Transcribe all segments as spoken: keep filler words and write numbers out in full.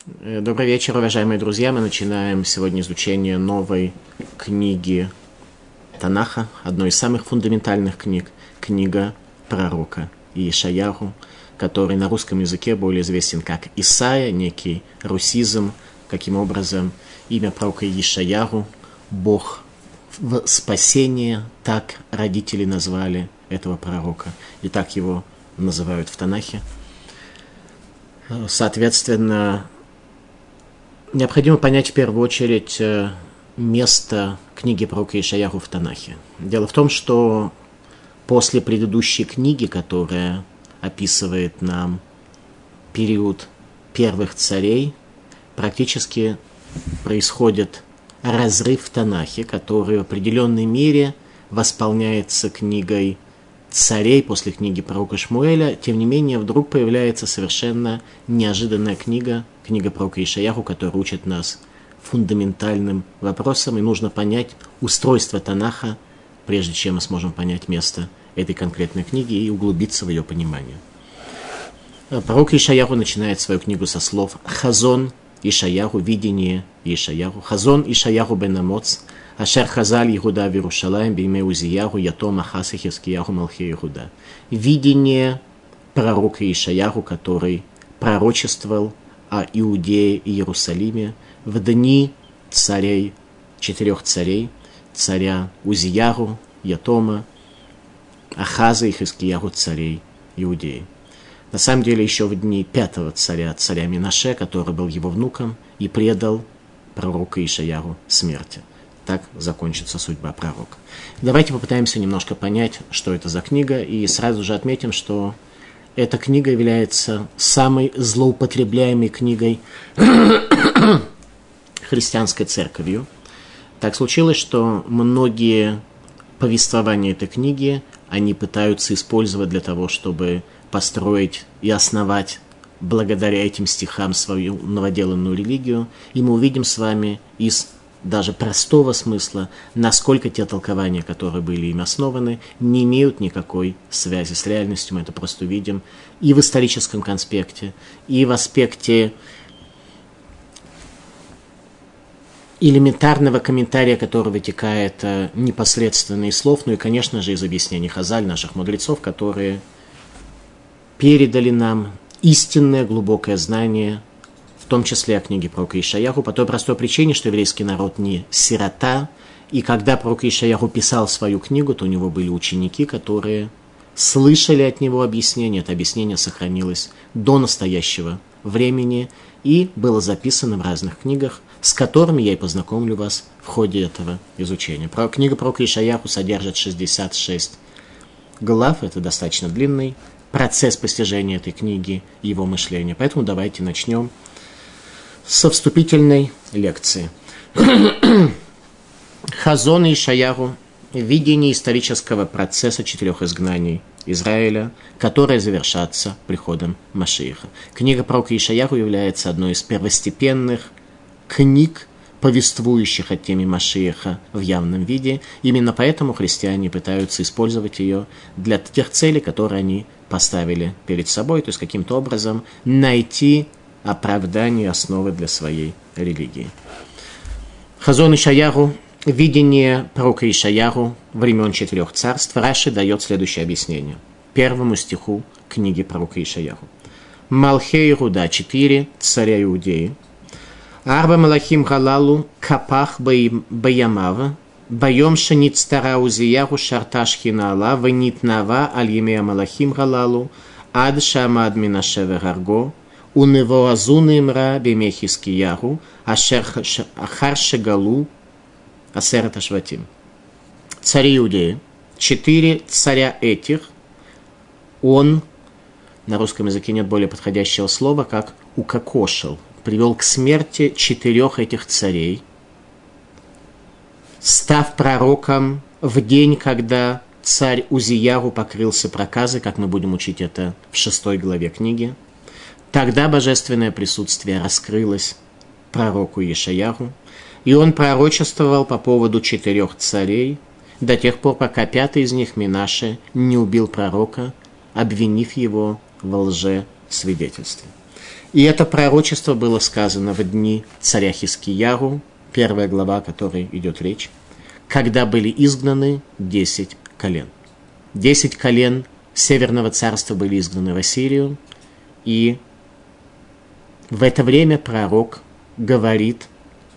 Добрый вечер, уважаемые друзья. Мы начинаем сегодня изучение новой книги Танаха, одной из самых фундаментальных книг, книга пророка Иешаяху, который на русском языке более известен как Исайя, некий русизм, каким образом имя пророка Иешаяху, Бог в спасение, так родители назвали этого пророка, и так его называют в Танахе. Соответственно, необходимо понять в первую очередь место книги пророка Иешаяху в Танахе. Дело в том, что после предыдущей книги, которая описывает нам период первых царей, практически происходит разрыв в Танахе, который в определенной мере восполняется книгой царей после книги пророка Шмуэля. Тем не менее, вдруг появляется совершенно неожиданная книга, книга пророка Иешаяху, которая учит нас фундаментальным вопросам, и нужно понять устройство Танаха, прежде чем мы сможем понять место этой конкретной книги и углубиться в ее понимание. Пророк Иешаяху начинает свою книгу со слов «Хазон Иешаяху», видение Иешаяху, «Хазон Иешаяху бен Амоц, Ашер Хазаль Иуда в Иерушалаим бейме Узияху Ятом Ахас и Хискияху Малхи Иуда». Видение пророка Иешаяху, который пророчествовал о Иудее и Иерусалиме в дни царей, четырех царей, царя Узияху, Ятома, Ахаза и Хискияху, царей Иудеи. На самом деле еще в дни пятого царя, царя Минаше, который был его внуком и предал пророка Иешаяху смерти. Так закончится судьба пророка. Давайте попытаемся немножко понять, что это за книга, и сразу же отметим, что эта книга является самой злоупотребляемой книгой христианской церковью. Так случилось, что многие повествования этой книги они пытаются использовать для того, чтобы построить и основать благодаря этим стихам свою новоделанную религию. И мы увидим с вами из даже простого смысла, насколько те толкования, которые были им основаны, не имеют никакой связи с реальностью. Мы это просто увидим и в историческом конспекте, и в аспекте элементарного комментария, который вытекает непосредственно из слов, ну и, конечно же, из объяснений Хазаль, наших мудрецов, которые передали нам истинное глубокое знание, в том числе о книге пророка Иешаяху, по той простой причине, что еврейский народ не сирота, и когда пророк Иешаяху писал свою книгу, то у него были ученики, которые слышали от него объяснение, это объяснение сохранилось до настоящего времени и было записано в разных книгах, с которыми я и познакомлю вас в ходе этого изучения. Книга пророка Иешаяху содержит шестьдесят шесть глав, это достаточно длинный процесс постижения этой книги и его мышления. Поэтому давайте начнем со вступительной лекции. Хазон Иешаяху – видение исторического процесса четырех изгнаний Израиля, которое завершатся приходом Машиаха. Книга пророка Иешаяху является одной из первостепенных книг, повествующих о теме Машиаха в явном виде. Именно поэтому христиане пытаются использовать ее для тех целей, которые они поставили перед собой, то есть каким-то образом найти оправдание, основы для своей религии. Хазон Иешаяху, видение пророка Иешаяху времен четырех царств. Раши дает следующее объяснение. Первому стиху книги пророка Иешаяху. Малхе Иуда, четыре царя Иудеи. Арба Малахим Галалу, Капах Баямава, Байом Шанит Стара Узияху, Шарташхина Алла, Ванитнава, Аль-Емея Малахим Галалу, Ад Шамад Минашеве Гарго, Унево Азуны Имра, Бемехискияру, Ахар Шегалу, Асерет Ашватим. Цари Иудеи, четыре царя этих, он, на русском языке нет более подходящего слова, как укокошил, привел к смерти четырех этих царей, став пророком в день, когда царь Узияру покрылся проказой, как мы будем учить это в шестой главе книги. Тогда божественное присутствие раскрылось пророку Иешаяху, и он пророчествовал по поводу четырех царей до тех пор, пока пятый из них, Минаше, не убил пророка, обвинив его во лжесвидетельстве. И это пророчество было сказано в дни царя Хискиягу, первая глава, о которой идет речь, когда были изгнаны десять колен. Десять колен Северного царства были изгнаны в Ассирию, и в это время пророк говорит,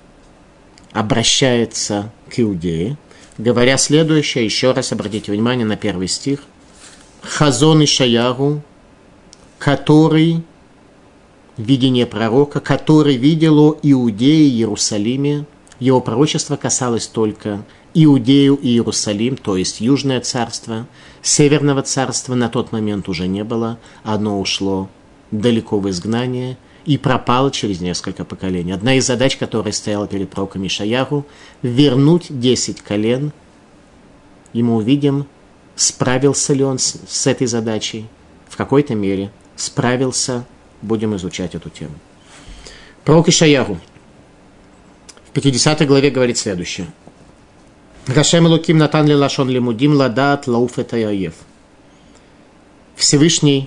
обращается к Иудее, говоря следующее, еще раз обратите внимание на первый стих. Хазон Ишаяру, который, видение пророка, который видел о Иудее и Иерусалиме, его пророчество касалось только Иудею и Иерусалим, то есть Южное царство. Северного царства на тот момент уже не было, оно ушло далеко в изгнание и пропало через несколько поколений. Одна из задач, которая стояла перед пророком Ишаяру, вернуть десять колен. И мы увидим, справился ли он с, с этой задачей, в какой-то мере справился, будем изучать эту тему. Пророк Ишаяру в пятидесятой главе говорит следующее. Рашем Элоким натан ли лашон лимудим ладат лауф это яев. Всевышний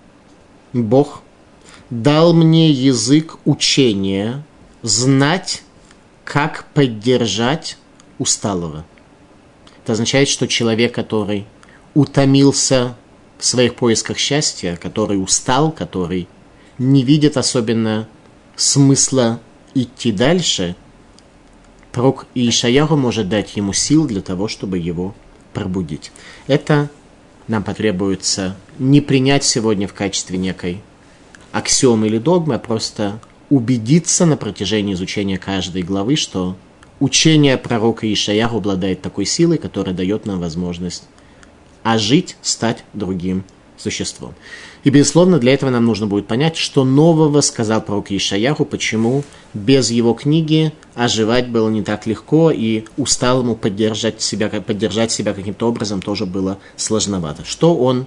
Бог дал мне язык учения, знать, как поддержать усталого. Это означает, что человек, который утомился в своих поисках счастья, который устал, который не видит особенно смысла идти дальше, пророк Ишаяру может дать ему сил для того, чтобы его пробудить. Это нам потребуется не принять сегодня в качестве некой аксиомы или догмы, а просто убедиться на протяжении изучения каждой главы, что учение пророка Ишаяру обладает такой силой, которая дает нам возможность ожить, стать другим существом. И, безусловно, для этого нам нужно будет понять, что нового сказал пророк Ишаяру, почему без его книги оживать было не так легко, и усталому поддержать себя, поддержать себя каким-то образом тоже было сложновато. Что он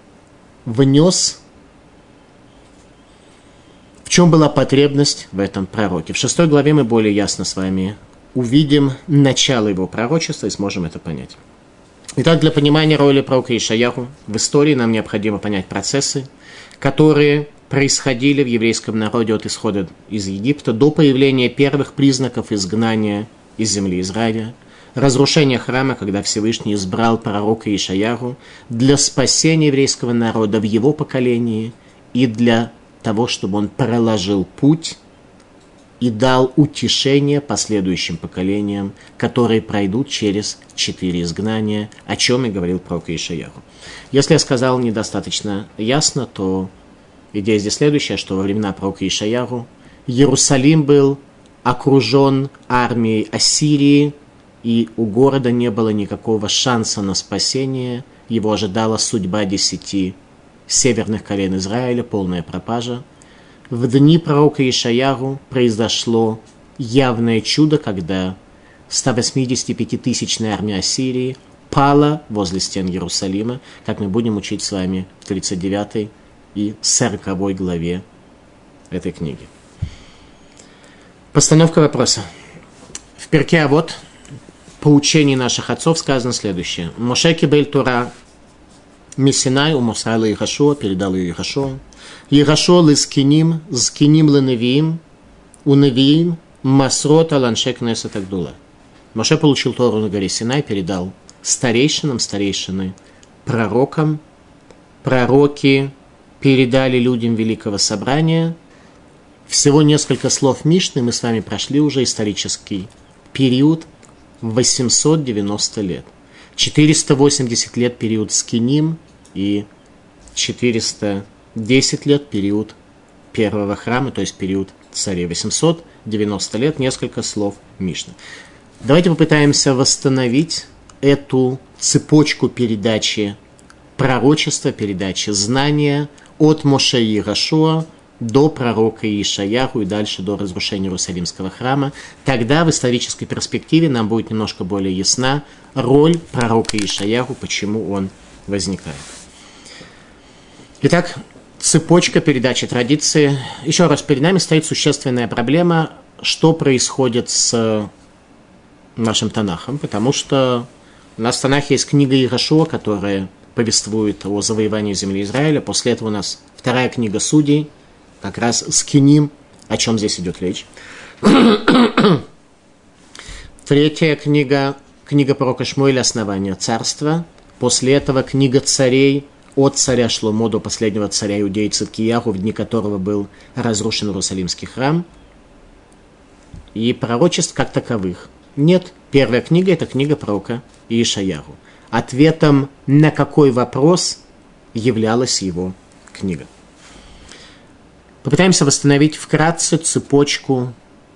внес, в чем была потребность в этом пророке? В шестой главе мы более ясно с вами увидим начало его пророчества и сможем это понять. Итак, для понимания роли пророка Ишаяру в истории нам необходимо понять процессы, которые происходили в еврейском народе от исхода из Египта до появления первых признаков изгнания из земли Израиля, разрушения храма, когда Всевышний избрал пророка Ишаяру для спасения еврейского народа в его поколении и для того, чтобы он проложил путь и дал утешение последующим поколениям, которые пройдут через четыре изгнания, о чем и говорил пророк Ишаяру. Если я сказал недостаточно ясно, то идея здесь следующая, что во времена пророка Ишаяру Иерусалим был окружен армией Ассирии, и у города не было никакого шанса на спасение. Его ожидала судьба десяти северных колен Израиля, полная пропажа. В дни пророка Ишаяру произошло явное чудо, когда сто восьмидесятипятитысячная армия Ассирии пала возле стен Иерусалима, как мы будем учить с вами в тридцать девятой и сороковой главе этой книги. Постановка вопроса. В Перке Авот, по учению наших отцов, сказано следующее. Моше кибель Тора Мисинай у Мусала Иерашуа, передал ее Иерашуа. Иерашуа лискиним, зкиним леневиим, у невиим, масрот аланшек несет агдула. Моше получил Тору на горе Синай, передал старейшинам, старейшины, пророкам. Пророки передали людям Великого Собрания. Всего несколько слов Мишны, мы с вами прошли уже исторический период, восемьсот девяносто лет. четыреста восемьдесят лет период Скиним и четыреста десять лет период первого храма, то есть период царей. восемьсот девяносто лет, несколько слов Мишны. Давайте попытаемся восстановить эту цепочку передачи пророчества, передачи знания от Моше и Иерашуа до пророка Ишаяру и дальше до разрушения Иерусалимского храма. Тогда в исторической перспективе нам будет немножко более ясна роль пророка Ишаяру, почему он возникает. Итак, цепочка передачи традиции. Еще раз, перед нами стоит существенная проблема, что происходит с нашим Танахом, потому что у нас в Танахе есть книга Иерашуа, которая повествует о завоевании земли Израиля. После этого у нас вторая книга Судей, как раз скиним, о чем здесь идет речь. Третья книга, книга пророка Шмуэля «Основание царства». После этого книга царей от царя Шломо до последнего царя Иудеи Циткияху, в дни которого был разрушен Иерусалимский храм. И пророчеств как таковых нет. Первая книга – это книга пророка Иешаяху. Ответом на какой вопрос являлась его книга. Попытаемся восстановить вкратце цепочку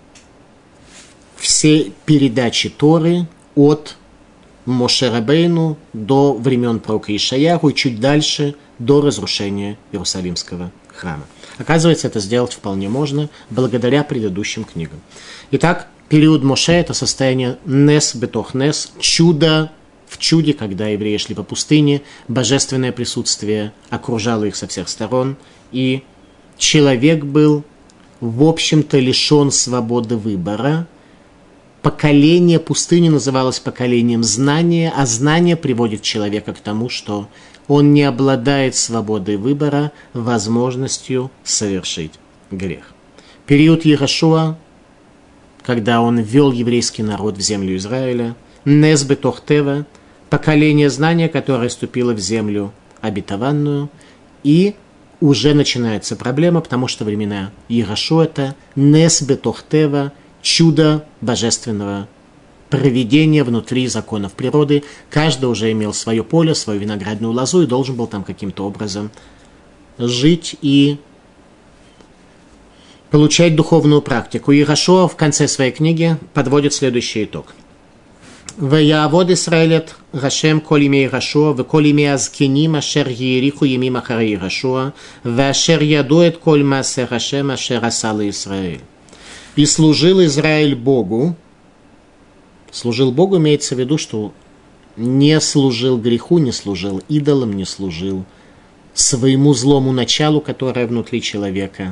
всей передачи Торы от Моше Рабейну до времен пророка Иешаяху и чуть дальше до разрушения Иерусалимского храма. Оказывается, это сделать вполне можно благодаря предыдущим книгам. Итак, период Моше – это состояние нес бетох нес, чудо в чуде, когда евреи шли по пустыне, божественное присутствие окружало их со всех сторон, и человек был, в общем-то, лишен свободы выбора. Поколение пустыни называлось поколением знания, а знание приводит человека к тому, что он не обладает свободой выбора, возможностью совершить грех. Период Йерошуа, когда он ввел еврейский народ в землю Израиля, Нес бетох тева, поколение знания, которое вступило в землю обетованную, и уже начинается проблема, потому что времена Йерошуа – это Нес бетох тева, чудо божественного проведения внутри законов природы. Каждый уже имел свое поле, свою виноградную лозу и должен был там каким-то образом жить и получать духовную практику. Йерошуа в конце своей книги подводит следующий итог. «Ваяавод Исраэлет Гашем коль имей Йерошуа, веколь имей азкеним ашер еериху емим ахарей Йерошуа, вашер ядуэт коль маасе Гашем ашер асала Исраэль». И служил Израиль Богу. Служил Богу имеется в виду, что не служил греху, не служил идолам, не служил своему злому началу, которое внутри человека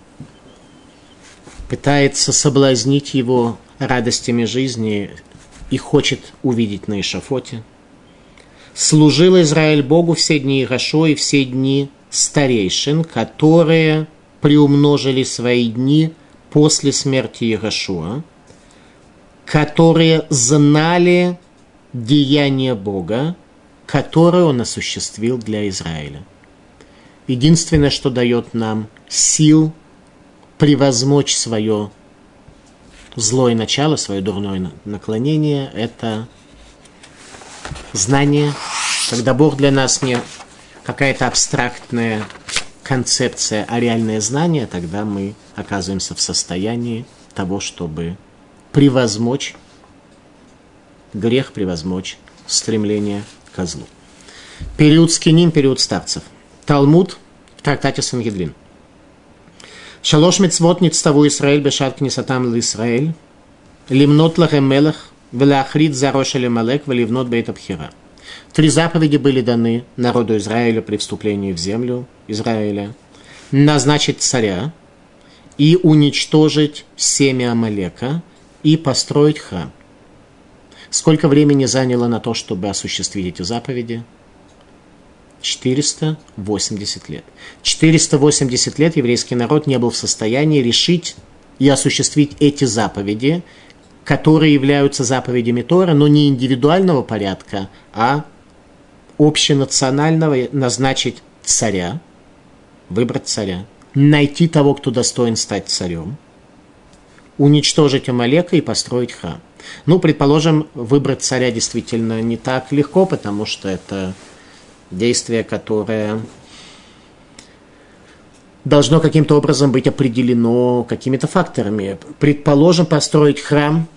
пытается соблазнить его радостями жизни и хочет увидеть на эшафоте. Служил Израиль Богу все дни Йерошуа и все дни старейшин, которые приумножили свои дни после смерти Йерошуа, которые знали деяния Бога, которое Он осуществил для Израиля. Единственное, что дает нам сил превозмочь свое злое начало, свое дурное наклонение, это знание, когда Бог для нас не какая-то абстрактная концепция, а реальное знание, тогда мы оказываемся в состоянии того, чтобы превозмочь грех, превозмочь стремление к злу. Период скиним, период старцев. Талмуд в трактате Сангедрин. Шалош мицвот ництаву Исраэль бешат книсатам л'Исраэль, лимнот лахем мелех, велахрит зарош элемалек, веливнот бейт абхира. Три заповеди были даны народу Израиля при вступлении в землю Израиля. Назначить царя и уничтожить семя Амалека и построить храм. Сколько времени заняло на то, чтобы осуществить эти заповеди? четыреста восемьдесят лет. четыреста восемьдесят лет еврейский народ не был в состоянии решить и осуществить эти заповеди, которые являются заповедями Тора, но не индивидуального порядка, а общенационального: назначить царя, выбрать царя, найти того, кто достоин стать царем, уничтожить Амалека и построить храм. Ну, предположим, выбрать царя действительно не так легко, потому что это действие, которое должно каким-то образом быть определено какими-то факторами. Предположим, построить храм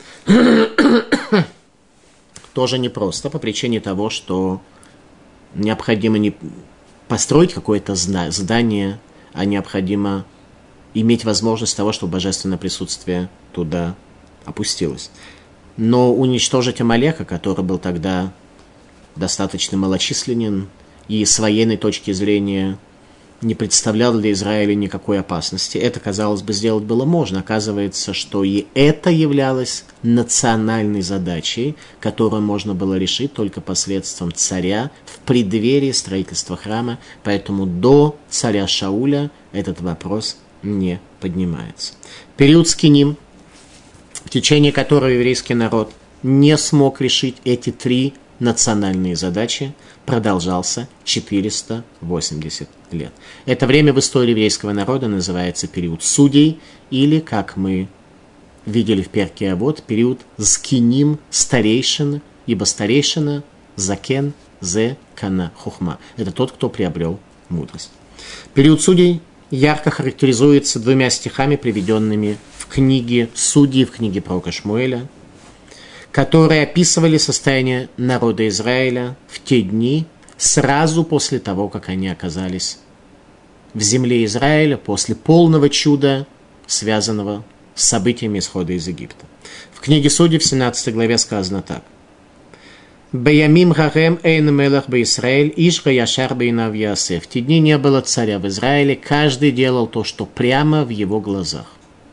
тоже непросто, по причине того, что необходимо не построить какое-то здание, а необходимо иметь возможность того, чтобы божественное присутствие туда опустилось. Но уничтожить Амалека, который был тогда достаточно малочисленен и с военной точки зрения не представлял для Израиля никакой опасности, это, казалось бы, сделать было можно. Оказывается, что и это являлось национальной задачей, которую можно было решить только посредством царя в преддверии строительства храма. Поэтому до царя Шауля этот вопрос не поднимается. Период Скиним, в течение которого еврейский народ не смог решить эти три национальные задачи, продолжался четыреста восемьдесят лет. Это время в истории еврейского народа называется период судей, или, как мы видели в Перке Авот, период Скиним, старейшина, ибо старейшина закен зе кана хухма. Это тот, кто приобрел мудрость. Период судей ярко характеризуется двумя стихами, приведенными в книге Судьи, в книге пророка Шмуэля, которые описывали состояние народа Израиля в те дни, сразу после того, как они оказались в земле Израиля, после полного чуда, связанного с событиями исхода из Египта. В книге Судей в семнадцатой главе сказано так. «Беямим гарем эйн мелах беисраэль, иш гаяшар бейнав ясеф». В те дни не было царя в Израиле, каждый делал то, что прямо в его глазах.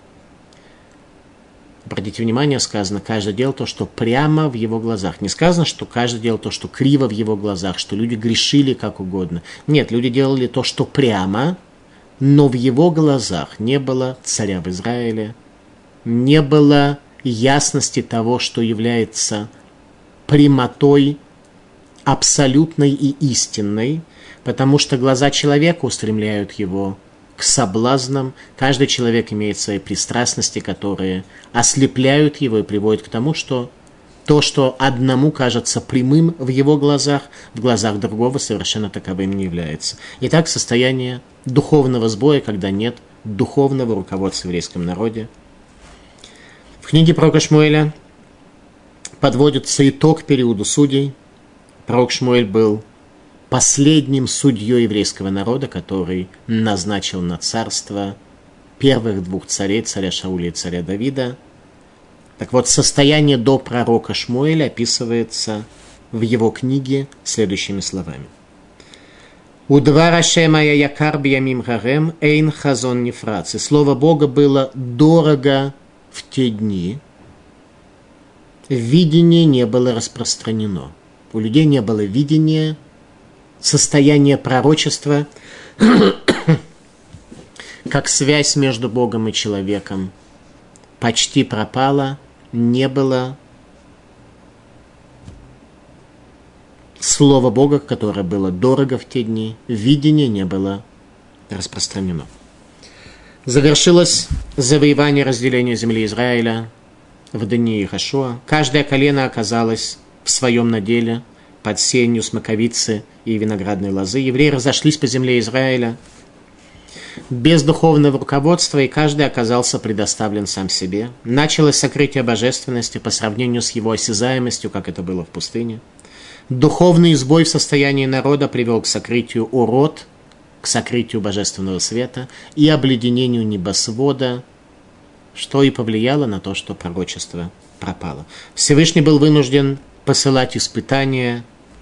Обратите внимание, сказано, каждый делал то, что прямо в его глазах. Не сказано, что каждый делал то, что криво в его глазах, что люди грешили как угодно. Нет, люди делали то, что прямо, но в его глазах не было царя в Израиле, не было ясности того, что является прямотой абсолютной и истинной, потому что глаза человека устремляют его к соблазнам. Каждый человек имеет свои пристрастности, которые ослепляют его и приводят к тому, что то, что одному кажется прямым в его глазах, в глазах другого совершенно таковым не является. Итак, состояние духовного сбоя, когда нет духовного руководства в еврейском народе. В книге пророка Шмуэля подводится итог периоду судей. Пророк Шмуэль был последним судьей еврейского народа, который назначил на царство первых двух царей, царя Шауля и царя Давида. Так вот, состояние до пророка Шмуэля описывается в его книге следующими словами. «Удвар Ашема якар биямим гарем эйн хазон нефрац». И слово Бога было дорого в те дни. Видение не было распространено. У людей не было видения, состояние пророчества, как связь между Богом и человеком, почти пропала, не было слова Бога, которое было дорого в те дни, видение не было распространено. Завершилось завоевание разделения земли Израиля в дни Иешуа. Каждое колено оказалось в своем наделе под сенью смоковицы и виноградной лозы. Евреи разошлись по земле Израиля без духовного руководства, и каждый оказался предоставлен сам себе. Началось сокрытие божественности по сравнению с его осязаемостью, как это было в пустыне. Духовный сбой в состоянии народа привел к сокрытию урод, к сокрытию божественного света и обледенению небосвода, что и повлияло на то, что пророчество пропало. Всевышний был вынужден посылать испытания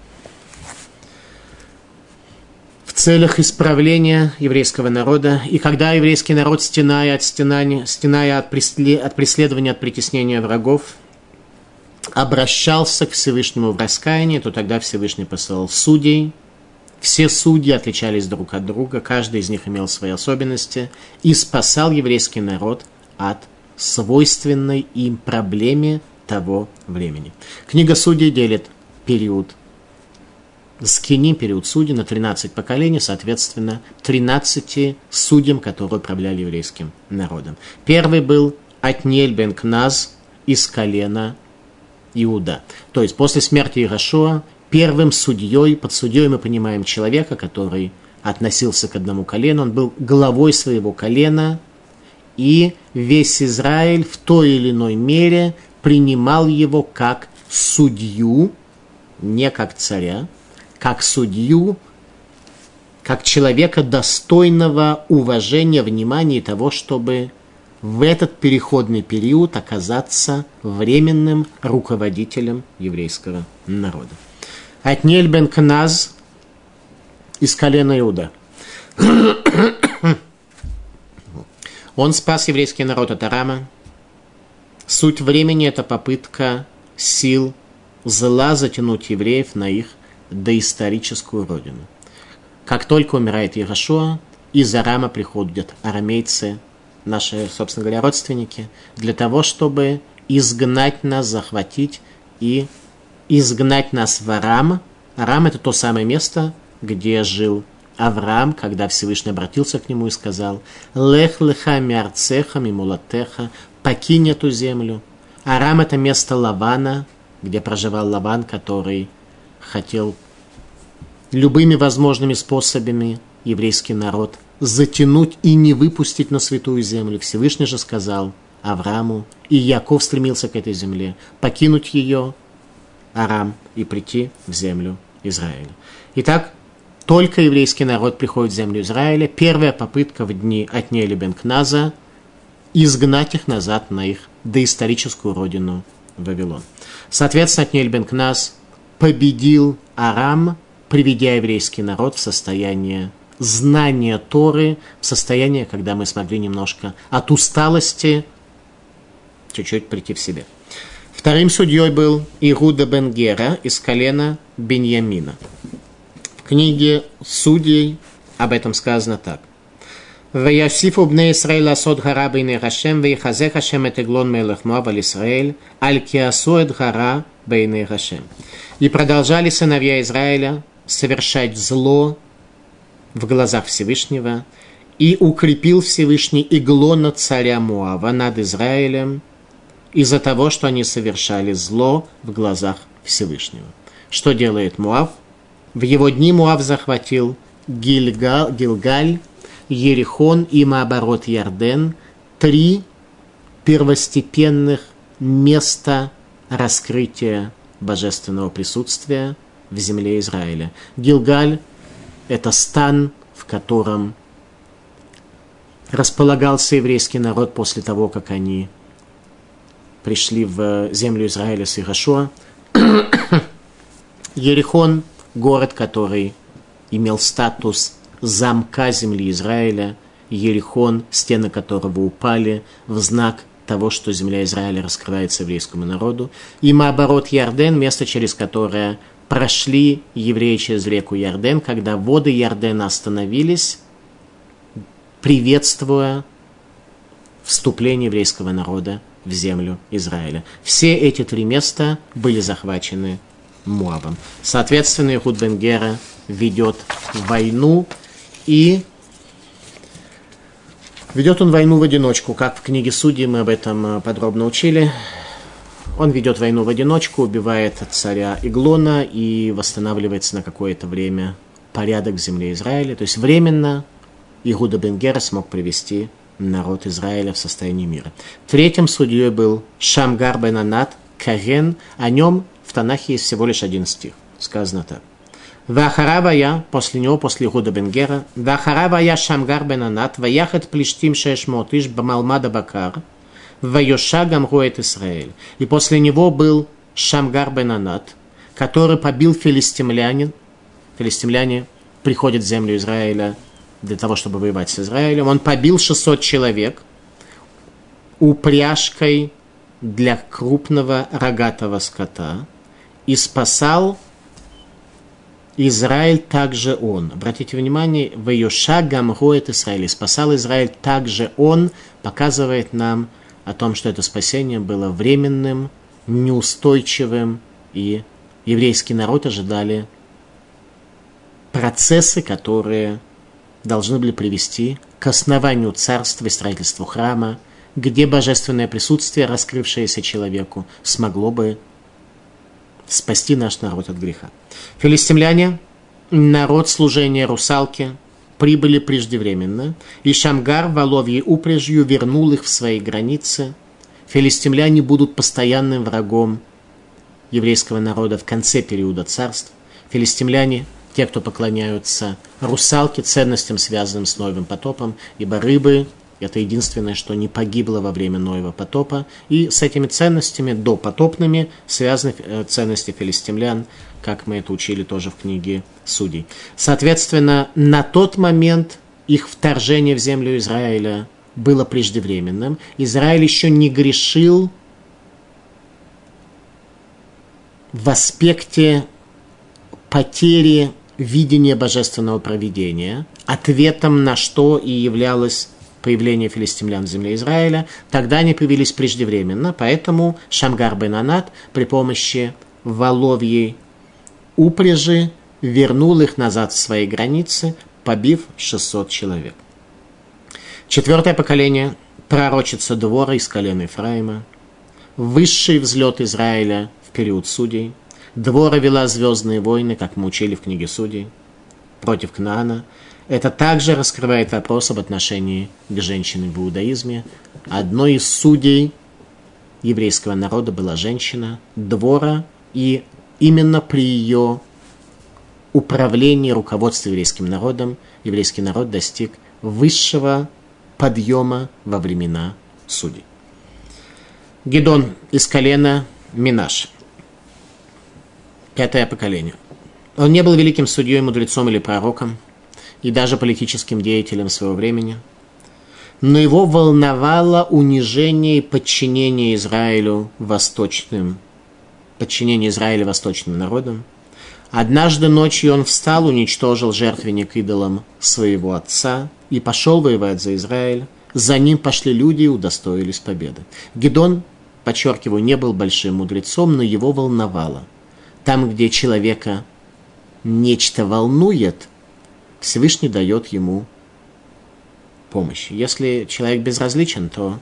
в целях исправления еврейского народа. И когда еврейский народ, стеная от, стенания, стеная от, преслед, от преследования, от притеснения врагов, обращался к Всевышнему в раскаянии, то тогда Всевышний посылал судей. Все судьи отличались друг от друга, каждый из них имел свои особенности и спасал еврейский народ от свойственной им проблеме того времени. Книга Судей делит период Скини, период судей, на тринадцать поколений, соответственно, тринадцати судьям, которые управляли еврейским народом. Первый был Отниэль бен Кназ из колена Иуда. То есть после смерти Иешуа первым судьей, под судьей мы понимаем человека, который относился к одному колену, он был главой своего колена, и весь Израиль в той или иной мере принимал его как судью, не как царя, как судью, как человека, достойного уважения, внимания и того, чтобы в этот переходный период оказаться временным руководителем еврейского народа. Отниэль бен Кназ из колена Иуда. Он спас еврейский народ от Арама. Суть времени – это попытка сил зла затянуть евреев на их доисторическую родину. Как только умирает Иешуа, из Арама приходят арамейцы, наши, собственно говоря, родственники, для того, чтобы изгнать нас, захватить и изгнать нас в Арам. Арам – это то самое место, где жил Авраам, когда Всевышний обратился к нему и сказал: «Лех леха миарцеха мимулатеха», покинь эту землю. Арам – это место Лавана, где проживал Лаван, который хотел любыми возможными способами еврейский народ затянуть и не выпустить на святую землю. Всевышний же сказал Аврааму, и Яков стремился к этой земле, покинуть ее, Арам, и прийти в землю Израиля. Итак, только еврейский народ приходит в землю Израиля. Первая попытка в дни Отниэля бен Кназа изгнать их назад на их доисторическую родину Вавилон. Соответственно, Отниэль бен Кназ победил Арам, приведя еврейский народ в состояние знания Торы, в состояние, когда мы смогли немножко от усталости чуть-чуть прийти в себя. Вторым судьей был Иуда бен Гера из колена Беньямина. В книге Судей об этом сказано так. «Ваясифу бней Исраэль асот гара бейней Хашем, вейхазек Хашем эт эглон мелех Моав аль Исраэль, аль киасу эт гара бейней Хашем». И продолжали сыновья Израиля совершать зло в глазах Всевышнего, и укрепил Всевышний Эглона царя Моава над Израилем из-за того, что они совершали зло в глазах Всевышнего. Что делает Моав? В его дни Моав захватил Гильгал, Гилгаль, Ерихон и Маабарот Ярден, три первостепенных места раскрытия божественного присутствия в земле Израиля. Гилгаль – это стан, в котором располагался еврейский народ после того, как они пришли в землю Израиля с Иешуа. Ерихон – город, который имел статус замка земли Израиля. Ерихон, стены которого упали в знак того, что земля Израиля раскрывается еврейскому народу. И Маабарот Ярден – место, через которое прошли евреи через реку Ярден, когда воды Ярдена остановились, приветствуя вступление еврейского народа в землю Израиля. Все эти три места были захвачены Моавом. Соответственно, Ихуд бен Гера ведет войну, и ведет он войну в одиночку, как в книге Судей мы об этом подробно учили. Он ведет войну в одиночку, убивает царя Эглона и восстанавливается на какое-то время порядок в земле Израиля. То есть временно Иуда бен Гера смог привести народ Израиля в состояние мира. Третьим судьей был Шамгар бен Анат, Карен. О нем в Танахе есть всего лишь один стих. Сказано так. Вахаравая, после него, после Иуда бен Гера, Вахаравая Шамгар бен Анат, Ваяхет плештим шеш мотиш бамалмада бакар, Вайоша гамруэт Исраэль. И после него был Шамгар бен Анат, который побил филистимлянин. Филистимляне приходят в землю Израиля для того, чтобы воевать с Израилем. Он побил шестьсот человек упряжкой для крупного рогатого скота и спасал Израиль также он. Обратите внимание, Вайоша гамруэт Исраэль. Спасал Израиль также он, показывает нам о том, что это спасение было временным, неустойчивым, и еврейский народ ожидали процессы, которые должны были привести к основанию царства и строительству храма, где божественное присутствие, раскрывшееся человеку, смогло бы спасти наш народ от греха. Филистимляне, народ служения русалки, прибыли преждевременно, и Шамгар воловьей упряжью вернул их в свои границы. Филистимляне будут постоянным врагом еврейского народа в конце периода царств. Филистимляне, те, кто поклоняются русалке, ценностям, связанным с Ноевым потопом, ибо рыбы – это единственное, что не погибло во время Ноева потопа, и с этими ценностями допотопными связаны ценности филистимлян, как мы это учили тоже в книге Судей. Соответственно, на тот момент их вторжение в землю Израиля было преждевременным. Израиль еще не грешил в аспекте потери видение божественного провидения, ответом на что и являлось появление филистимлян в земле Израиля. Тогда они появились преждевременно, поэтому Шамгар бен Анат при помощи воловьей упряжи вернул их назад в свои границы, побив шестьсот человек. Четвертое поколение – пророчица Двора из колена Ефраима, высший взлет Израиля в период судей. Двора вела звездные войны, как мы учили в книге Судей, против Кнаана. Это также раскрывает вопрос об отношении к женщинам в иудаизме. Одной из судей еврейского народа была женщина Двора, и именно при ее управлении, руководстве еврейским народом, еврейский народ достиг высшего подъема во времена судей. Гидон из колена Минаше. Пятое поколение. Он не был великим судьей, мудрецом или пророком, и даже политическим деятелем своего времени, но его волновало унижение и подчинение Израилю восточным, подчинение Израиля восточным народам. Однажды ночью он встал, уничтожил жертвенник идолам своего отца и пошел воевать за Израиль. За ним пошли люди и удостоились победы. Гидон, подчеркиваю, не был большим мудрецом, но его волновало. Там, где человека нечто волнует, Всевышний дает ему помощь. Если человек безразличен, то...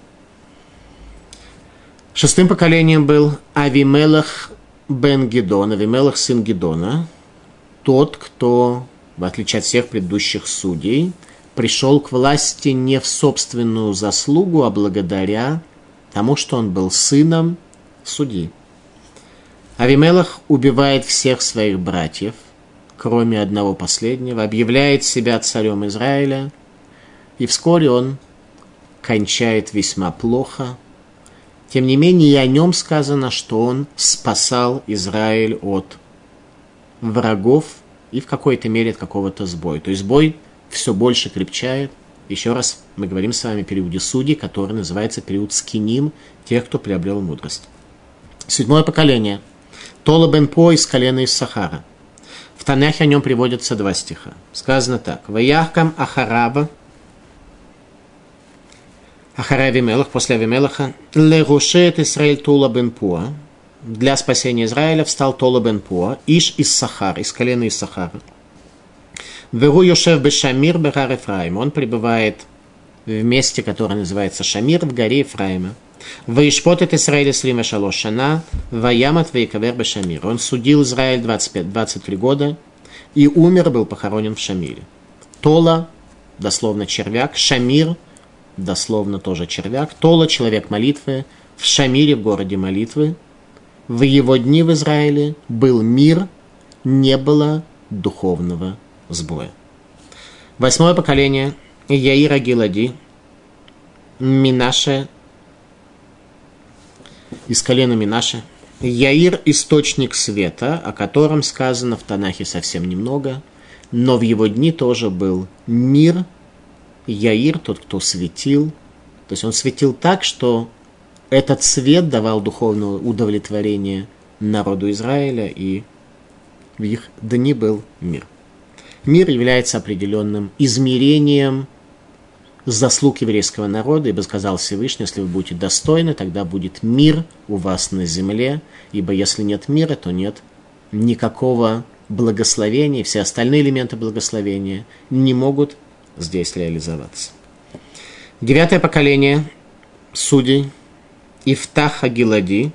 Шестым поколением был Авимелах бен Гидон, Авимелах сын Гидона, тот, кто, в отличие от всех предыдущих судей, пришел к власти не в собственную заслугу, а благодаря тому, что он был сыном судьи. Авимелах убивает всех своих братьев, кроме одного последнего, объявляет себя царем Израиля, и вскоре он кончает весьма плохо. Тем не менее, и о нем сказано, что он спасал Израиль от врагов и в какой-то мере от какого-то сбоя. То есть бой все больше крепчает. Еще раз мы говорим с вами о периоде судей, который называется период скиним, тех, кто приобрел мудрость. Седьмое поколение. Тола бен По из колена Иссахара. В Танахе о нем приводятся два стиха. Сказано так. Ваяхкам Ахарава, Ахара Авимелах, после Авимелаха, Лерушет Исраэль Тола бен Пуа. Для спасения Израиля встал Тола бен Пуа, Иш из Сахара, из колена Иссахара. Веру Йошев бешамир бехар Ефраим. Он пребывает в месте, которое называется Шамир, в горе Ефраима. Ваишпотет Исраэль слима шалош шана, ваямат ваикавер бешамир. Он судил Израиль двадцать пять двадцать три года и умер, был похоронен в Шамире. Тола, дословно червяк, Шамир, дословно тоже червяк. Тола, человек молитвы, в Шамире, в городе молитвы. В его дни в Израиле был мир, не было духовного сбоя. Восьмое поколение. Яира Гилади, Минаше, из колена Минаше. Яир – источник света, о котором сказано в Танахе совсем немного, но в его дни тоже был мир. Яир – тот, кто светил. То есть он светил так, что этот свет давал духовное удовлетворение народу Израиля, и в их дни был мир. Мир является определенным измерением заслуг еврейского народа, ибо сказал Всевышний, если вы будете достойны, тогда будет мир у вас на земле, ибо если нет мира, то нет никакого благословения, все остальные элементы благословения не могут здесь реализоваться. Девятое поколение судей, Ифтах Гилади.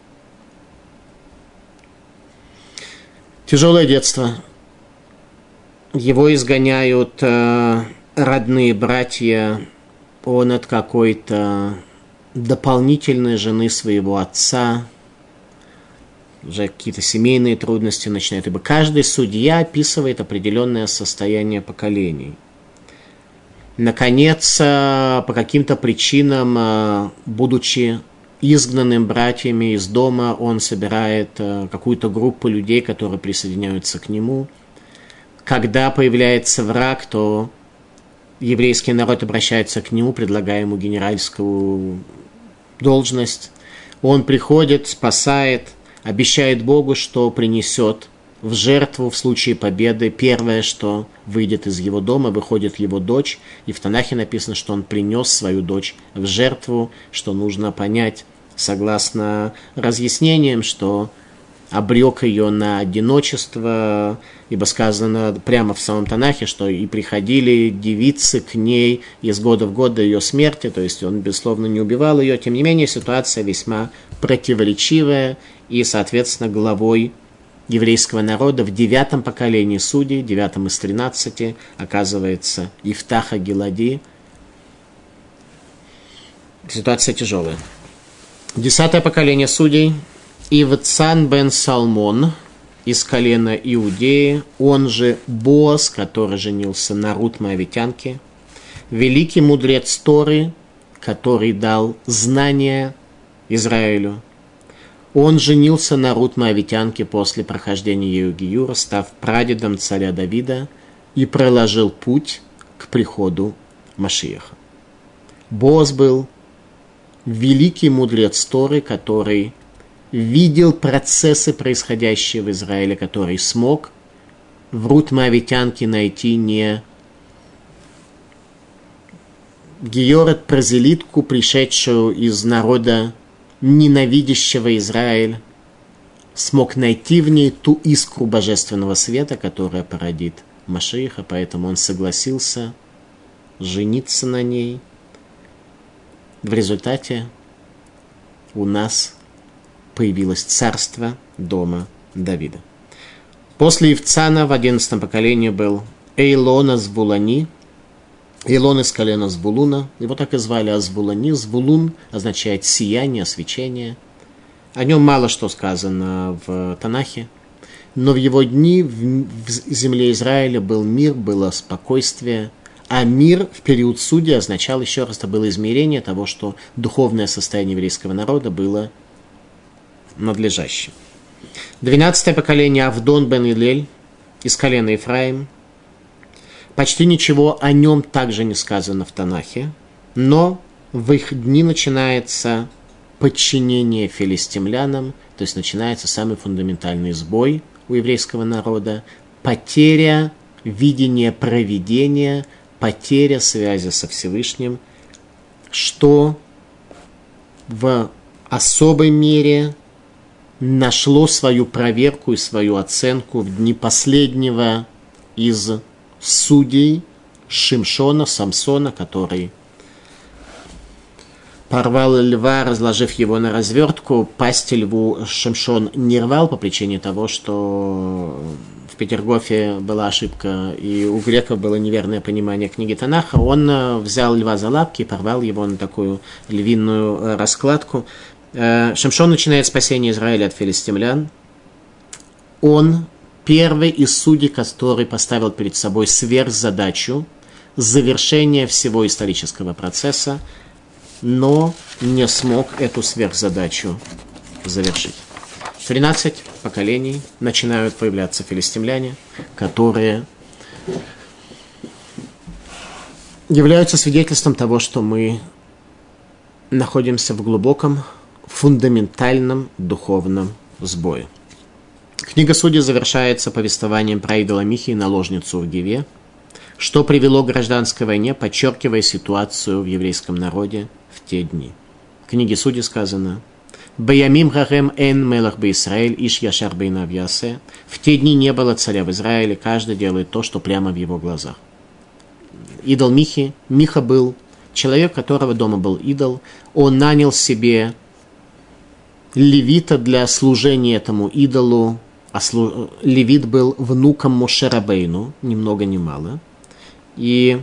Тяжелое детство. Его изгоняют э, родные братья, он от какой-то дополнительной жены своего отца, уже какие-то семейные трудности начинают, ибо каждый судья описывает определенное состояние поколений. Наконец, по каким-то причинам, будучи изгнанным братьями из дома, он собирает какую-то группу людей, которые присоединяются к нему. Когда появляется враг, то еврейский народ обращается к нему, предлагая ему генеральскую должность. Он приходит, спасает, обещает Богу, что принесет в жертву в случае победы. Первое, что выйдет из его дома, выходит его дочь. И в Танахе написано, что он принес свою дочь в жертву, что нужно понять, согласно разъяснениям, что обрек ее на одиночество, ибо сказано прямо в самом Танахе, что и приходили девицы к ней из года в год до ее смерти, то есть он, безусловно, не убивал ее. Тем не менее, ситуация весьма противоречивая, и, соответственно, главой еврейского народа в девятом поколении судей, девятом из тринадцати, оказывается Ифтах ха-Гилади. Ситуация тяжелая. Десятое поколение судей. Ивцан бен Салмон из колена Иудеи, он же Боаз, который женился на Рут Моавитянке, великий мудрец Торы, который дал знания Израилю. Он женился на Рут Моавитянке после прохождения ею гиюра, став прадедом царя Давида, и проложил путь к приходу Машиаха. Боаз был великий мудрец Торы, который видел процессы, происходящие в Израиле, который смог в Рут Моавитянке найти не георет прозелитку, пришедшую из народа, ненавидящего Израиль, смог найти в ней ту искру божественного света, которая породит Машиаха, поэтому он согласился жениться на ней. В результате у нас появилось царство дома Давида. После Ивцана в одиннадцатом поколении был Эйлон Азвулани. Эйлон из колена Звулуна. Его так и звали Азвулани. Звулун означает сияние, свечение. О нем мало что сказано в Танахе. Но в его дни в земле Израиля был мир, было спокойствие. А мир в период судей означал, еще раз, это было измерение того, что духовное состояние еврейского народа было надлежащим. Двенадцатое поколение Авдон бен Илель из колена Ефраим. Почти ничего о нем также не сказано в Танахе, но в их дни начинается подчинение филистимлянам, то есть начинается самый фундаментальный сбой у еврейского народа, потеря видения провидения, потеря связи со Всевышним, что в особой мере нашло свою проверку и свою оценку в дни последнего из судей Шимшона, Самсона, который порвал льва, разложив его на развертку. Пасть льву Шимшон не рвал по причине того, что в Петергофе была ошибка, и у греков было неверное понимание книги Танаха. Он взял льва за лапки и порвал его на такую львиную раскладку. Шимшон начинает спасение Израиля от филистимлян. Он первый из судей, который поставил перед собой сверхзадачу завершения всего исторического процесса, но не смог эту сверхзадачу завершить. тринадцать поколений начинают появляться филистимляне, которые являются свидетельством того, что мы находимся в глубоком, фундаментальном духовном сбое. Книга Судей завершается повествованием про идола Михи и наложницу в Гиве, что привело к гражданской войне, подчеркивая ситуацию в еврейском народе в те дни. В книге Судей сказано: «Баямим хахэм эн мелах бе-Исраэль, иш яшар бейнав ясе». В те дни не было царя в Израиле, каждый делает то, что прямо в его глазах. Идол Михи. Миха был человек, у которого дома был идол. Он нанял себе левита для служения этому идолу. А слу... левит был внуком Моше Рабейну, ни много ни мало. И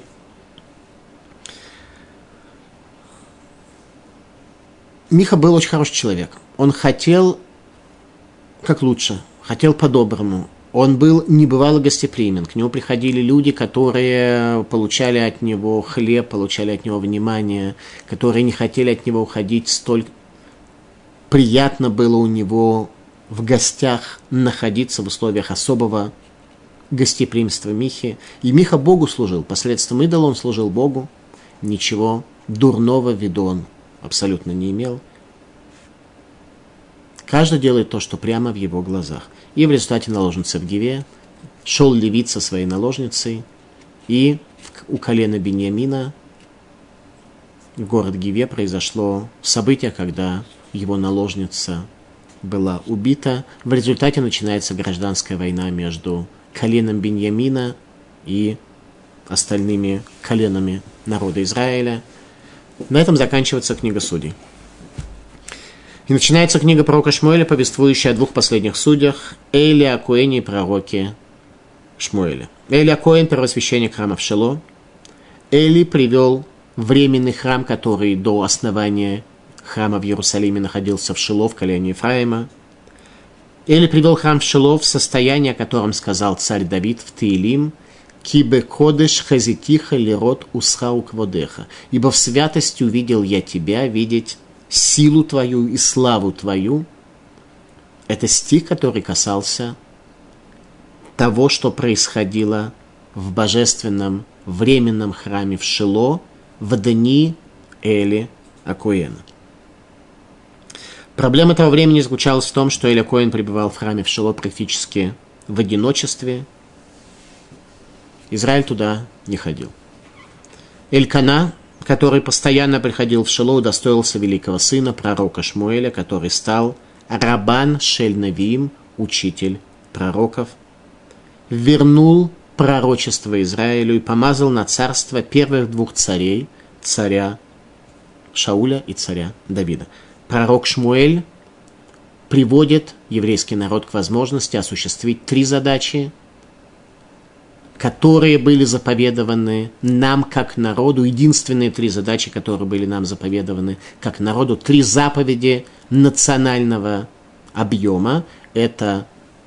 Миха был очень хороший человек. Он хотел как лучше, хотел по-доброму. Он был небывало гостеприимен. К нему приходили люди, которые получали от него хлеб, получали от него внимание, которые не хотели от него уходить. Столь приятно было у него в гостях находиться в условиях особого гостеприимства Михи. И Миха Богу служил. Посредством идола он служил Богу. Ничего дурного в виду он абсолютно не имел. Каждый делает то, что прямо в его глазах. И в результате наложницы в Гиве шел левит со своей наложницей, и у колена Биньямина в город Гиве произошло событие, когда его наложница была убита. В результате начинается гражданская война между коленом Биньямина и остальными коленами народа Израиля. На этом заканчивается книга Судей. И начинается книга пророка Шмуэля, повествующая о двух последних судьях, Эли, Акоэне и пророке Шмуэля. Эли Акоэн, первосвященник храма в Шило. Эли привел временный храм, который до основания храма в Иерусалиме находился в Шило, в колене Ефраима. Эли привел храм в Шило в состояние, о котором сказал царь Давид в Теилим, «Кибе кодеш хазитиха лирот усха укводеха», «Ибо в святости увидел я тебя, видеть силу твою и славу твою». Это стих, который касался того, что происходило в божественном временном храме в Шило в дни Эли Акоэна. Проблема того времени заключалась в том, что Эли Акоэн пребывал в храме в Шило практически в одиночестве. Израиль туда не ходил. Элькана, который постоянно приходил в Шило, удостоился великого сына, пророка Шмуэля, который стал Рабан Шель Навиим, учитель пророков, вернул пророчество Израилю и помазал на царство первых двух царей, царя Шауля и царя Давида. Пророк Шмуэль приводит еврейский народ к возможности осуществить три задачи, которые были заповедованы нам как народу, единственные три задачи, которые были нам заповедованы как народу, три заповеди национального объема. Это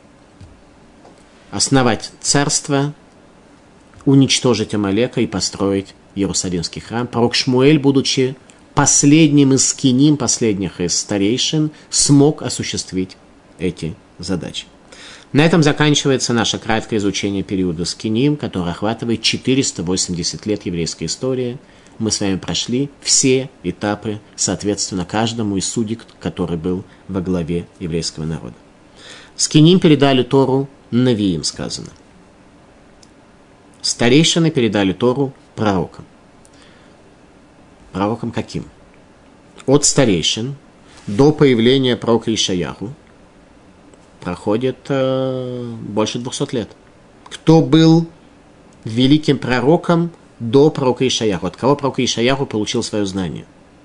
основать царство, уничтожить Амалека и построить Иерусалимский храм. Пророк Шмуэль, будучи последним из скиним, последних из старейшин, смог осуществить эти задачи. На этом заканчивается наше краткое изучение периода скиним, который охватывает четыреста восемьдесят лет еврейской истории. Мы с вами прошли все этапы, соответственно, каждому из судей, который был во главе еврейского народа. Скиним передали Тору Навиим, сказано. Старейшины передали Тору пророкам. Пророкам каким? От старейшин до появления пророка Ишаяху проходит э, больше двухсот лет. Кто был великим пророком до пророка Ишаяху? От кого пророк Ишаяху получил свое знание?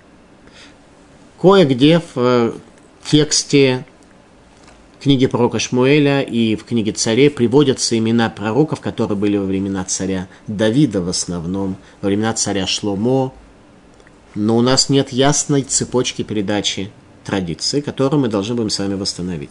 Кое-где в э, тексте книги пророка Шмуэля и в книге царей приводятся имена пророков, которые были во времена царя Давида в основном, во времена царя Шломо, но у нас нет ясной цепочки передачи традиции, которую мы должны будем с вами восстановить.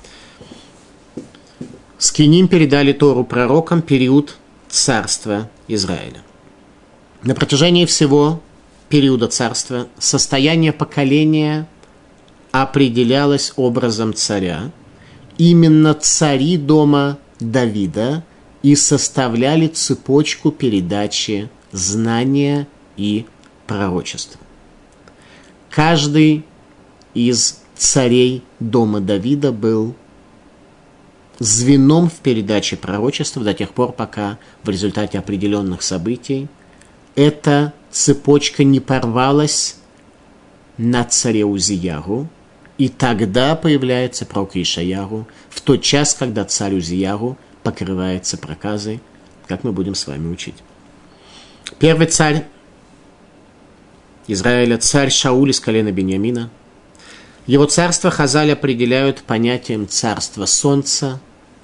Скиним передали Тору пророкам период царства Израиля. На протяжении всего периода царства состояние поколения определялось образом царя. Именно цари дома Давида и составляли цепочку передачи знания и пророчества. Каждый из царей дома Давида был звеном в передаче пророчества до тех пор, пока в результате определенных событий эта цепочка не порвалась на царе Узияру, и тогда появляется пророк Ишаяху в тот час, когда царь Узияру покрывается проказой, как мы будем с вами учить. Первый царь Израиля, царь Шауль из колена Биньямина. Его царство Хазаль определяют понятием царства солнца.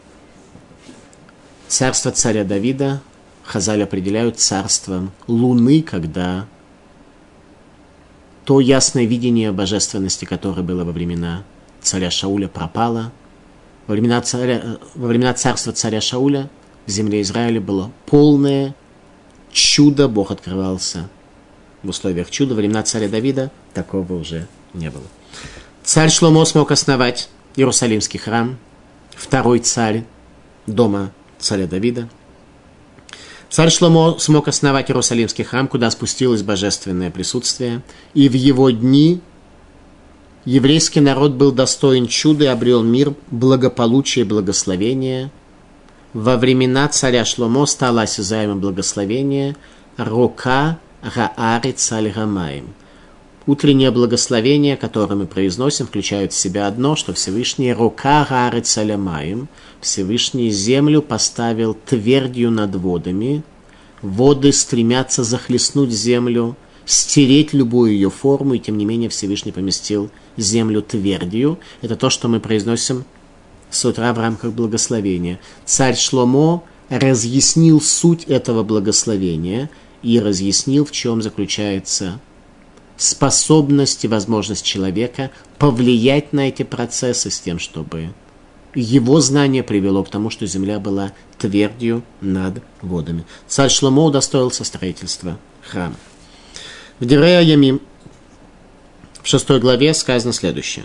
Царство царя Давида Хазаль определяют царством луны, когда то ясное видение божественности, которое было во времена царя Шауля, пропало. Во времена, царя, во времена царства царя Шауля в земле Израиля было полное чудо. Бог открывался в условиях чуда. Во времена царя Давида такого уже не было. Царь Шломо смог основать Иерусалимский храм. Второй царь дома царя Давида. Царь Шломо смог основать Иерусалимский храм, куда спустилось божественное присутствие. И в его дни еврейский народ был достоин чуда и обрел мир, благополучие и благословение. Во времена царя Шломо стало осязаемым благословение «Рока гаарец аль гамаим». Утреннее благословение, которое мы произносим, включает в себя одно, что Всевышний «Рока гаарец аль гамаим», Всевышний землю поставил твердью над водами, воды стремятся захлестнуть землю, стереть любую ее форму, и тем не менее Всевышний поместил землю твердью. Это то, что мы произносим с утра в рамках благословения. Царь Шломо разъяснил суть этого благословения и разъяснил, в чем заключается способность и возможность человека повлиять на эти процессы с тем, чтобы его знание привело к тому, что земля была твердью над водами. Царь Шломо удостоился строительства храма. В Деврей Ямим в шестой главе сказано следующее.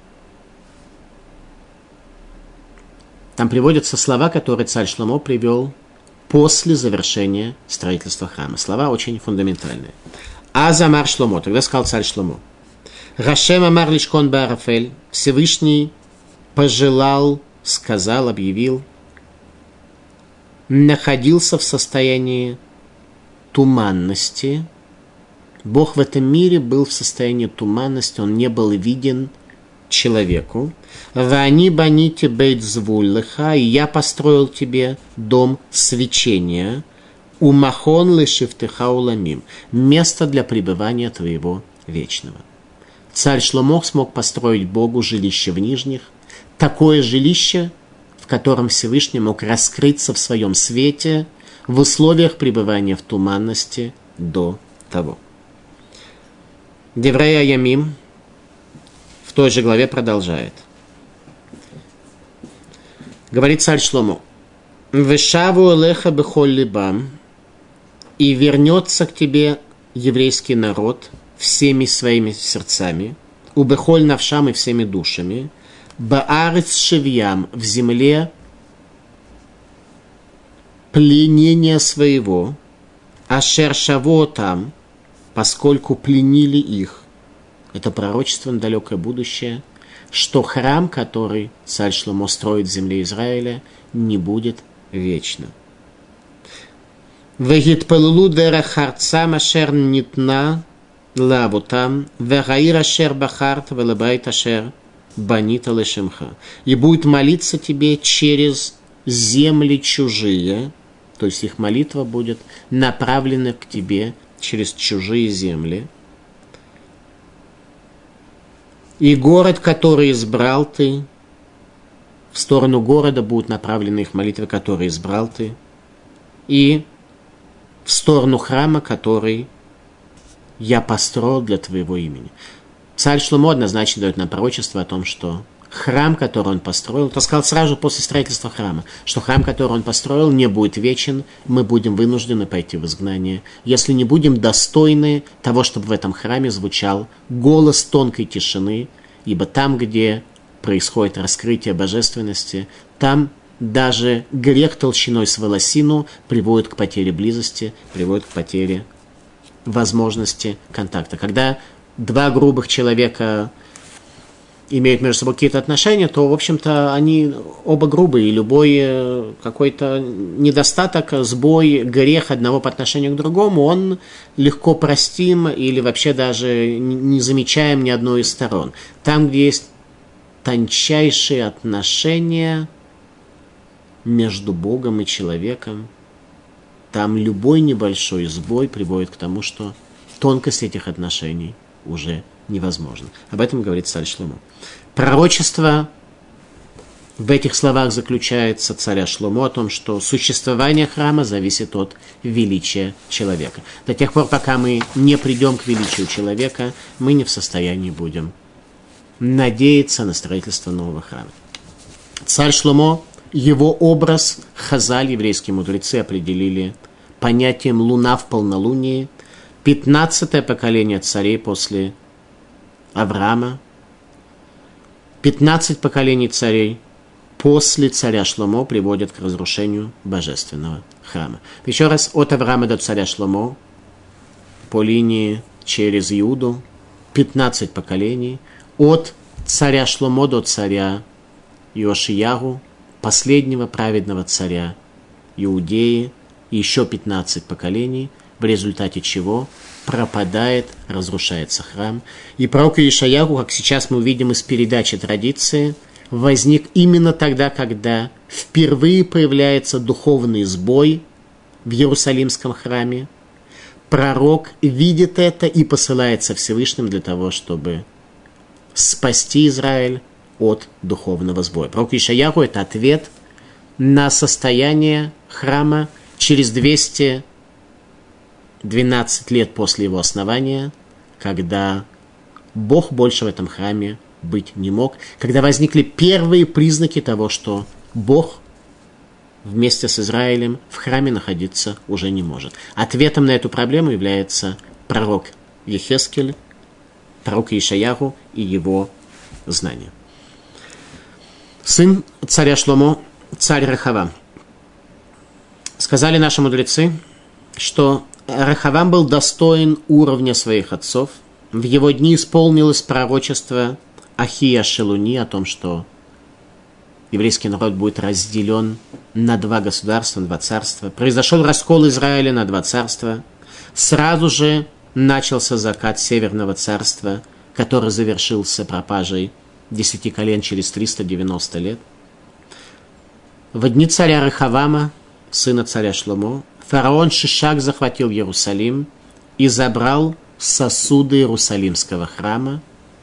Там приводятся слова, которые царь Шломо привел после завершения строительства храма. Слова очень фундаментальные. Аз амар Шломо, тогда сказал царь Шломо. Рашем амар лишкон баарафель, Всевышний пожелал, сказал, объявил, находился в состоянии туманности. Бог в этом мире был в состоянии туманности, он не был виден человеку. «Вани баните бейт звуллеха», и я построил тебе дом свечения. «Умахон лешифтеха уламим», место для пребывания твоего вечного. Царь Шломо смог построить Богу жилище в нижних, такое жилище, в котором Всевышний мог раскрыться в своем свете в условиях пребывания в туманности до того. Деврей Ямим в той же главе продолжает. Говорит царь Шломо: «Вешаву элеха бехоль либам», и вернется к тебе еврейский народ всеми своими сердцами, у бехоль навшам и всеми душами, баарец шевьям, в земле пленения своего, ашер шаво там, поскольку пленили их. Это пророчество на далекое будущее, что храм, который царь Шломо строит в земле Израиля, не будет вечно. «Вегитпалулу дера харца машер нитна лавутам, вегаир ашер бахарт велебайт ашер банита лешемха». И будет молиться тебе через земли чужие, то есть их молитва будет направлена к тебе через чужие земли. И город, который избрал ты, в сторону города будут направлены их молитвы, которые избрал ты, и в сторону храма, который я построил для твоего имени. Царь Шломо однозначно дает нам пророчество о том, что храм, который он построил, то сказал сразу после строительства храма, что храм, который он построил, не будет вечен, мы будем вынуждены пойти в изгнание, если не будем достойны того, чтобы в этом храме звучал голос тонкой тишины, ибо там, где происходит раскрытие божественности, там даже грех толщиной с волосину приводит к потере близости, приводит к потере возможности контакта. Когда два грубых человека имеют между собой какие-то отношения, то, в общем-то, они оба грубые, и любой какой-то недостаток, сбой, грех одного по отношению к другому, он легко простим или вообще даже не замечаем ни одной из сторон. Там, где есть тончайшие отношения между Богом и человеком, там любой небольшой сбой приводит к тому, что тонкость этих отношений уже невозможно. Об этом говорит царь Шломо. Пророчество в этих словах заключается царя Шломо о том, что существование храма зависит от величия человека. До тех пор, пока мы не придем к величию человека, мы не в состоянии будем надеяться на строительство нового храма. Царь Шломо, его образ Хазаль, еврейские мудрецы, определили понятием «луна в полнолунии», пятнадцатое поколение царей после Авраама, пятнадцать поколений царей после царя Шломо приводят к разрушению божественного храма. Еще раз, от Авраама до царя Шломо по линии через Иуду пятнадцать поколений, от царя Шломо до царя Иошиягу, последнего праведного царя Иудеи, и еще пятнадцать поколений, в результате чего пропадает, разрушается храм. И пророк Иешаяху, как сейчас мы увидим из передачи традиции, возник именно тогда, когда впервые появляется духовный сбой в Иерусалимском храме. Пророк видит это и посылается Всевышним для того, чтобы спасти Израиль от духовного сбоя. Пророк Иешаяху – это ответ на состояние храма через двести двенадцать лет после его основания, когда Бог больше в этом храме быть не мог, когда возникли первые признаки того, что Бог вместе с Израилем в храме находиться уже не может. Ответом на эту проблему является пророк Ехескель, пророк Иешаяху и его знания. Сын царя Шломо, царь Рехавам. Сказали наши мудрецы, что Рехавам был достоин уровня своих отцов. В его дни исполнилось пророчество Ахия Шелуни о том, что еврейский народ будет разделен на два государства, на два царства. Произошел раскол Израиля на два царства. Сразу же начался закат Северного царства, который завершился пропажей десяти колен через триста девяносто лет. В дни царя Рехавама, сына царя Шломо, фараон Шишак захватил Иерусалим и забрал сосуды Иерусалимского храма.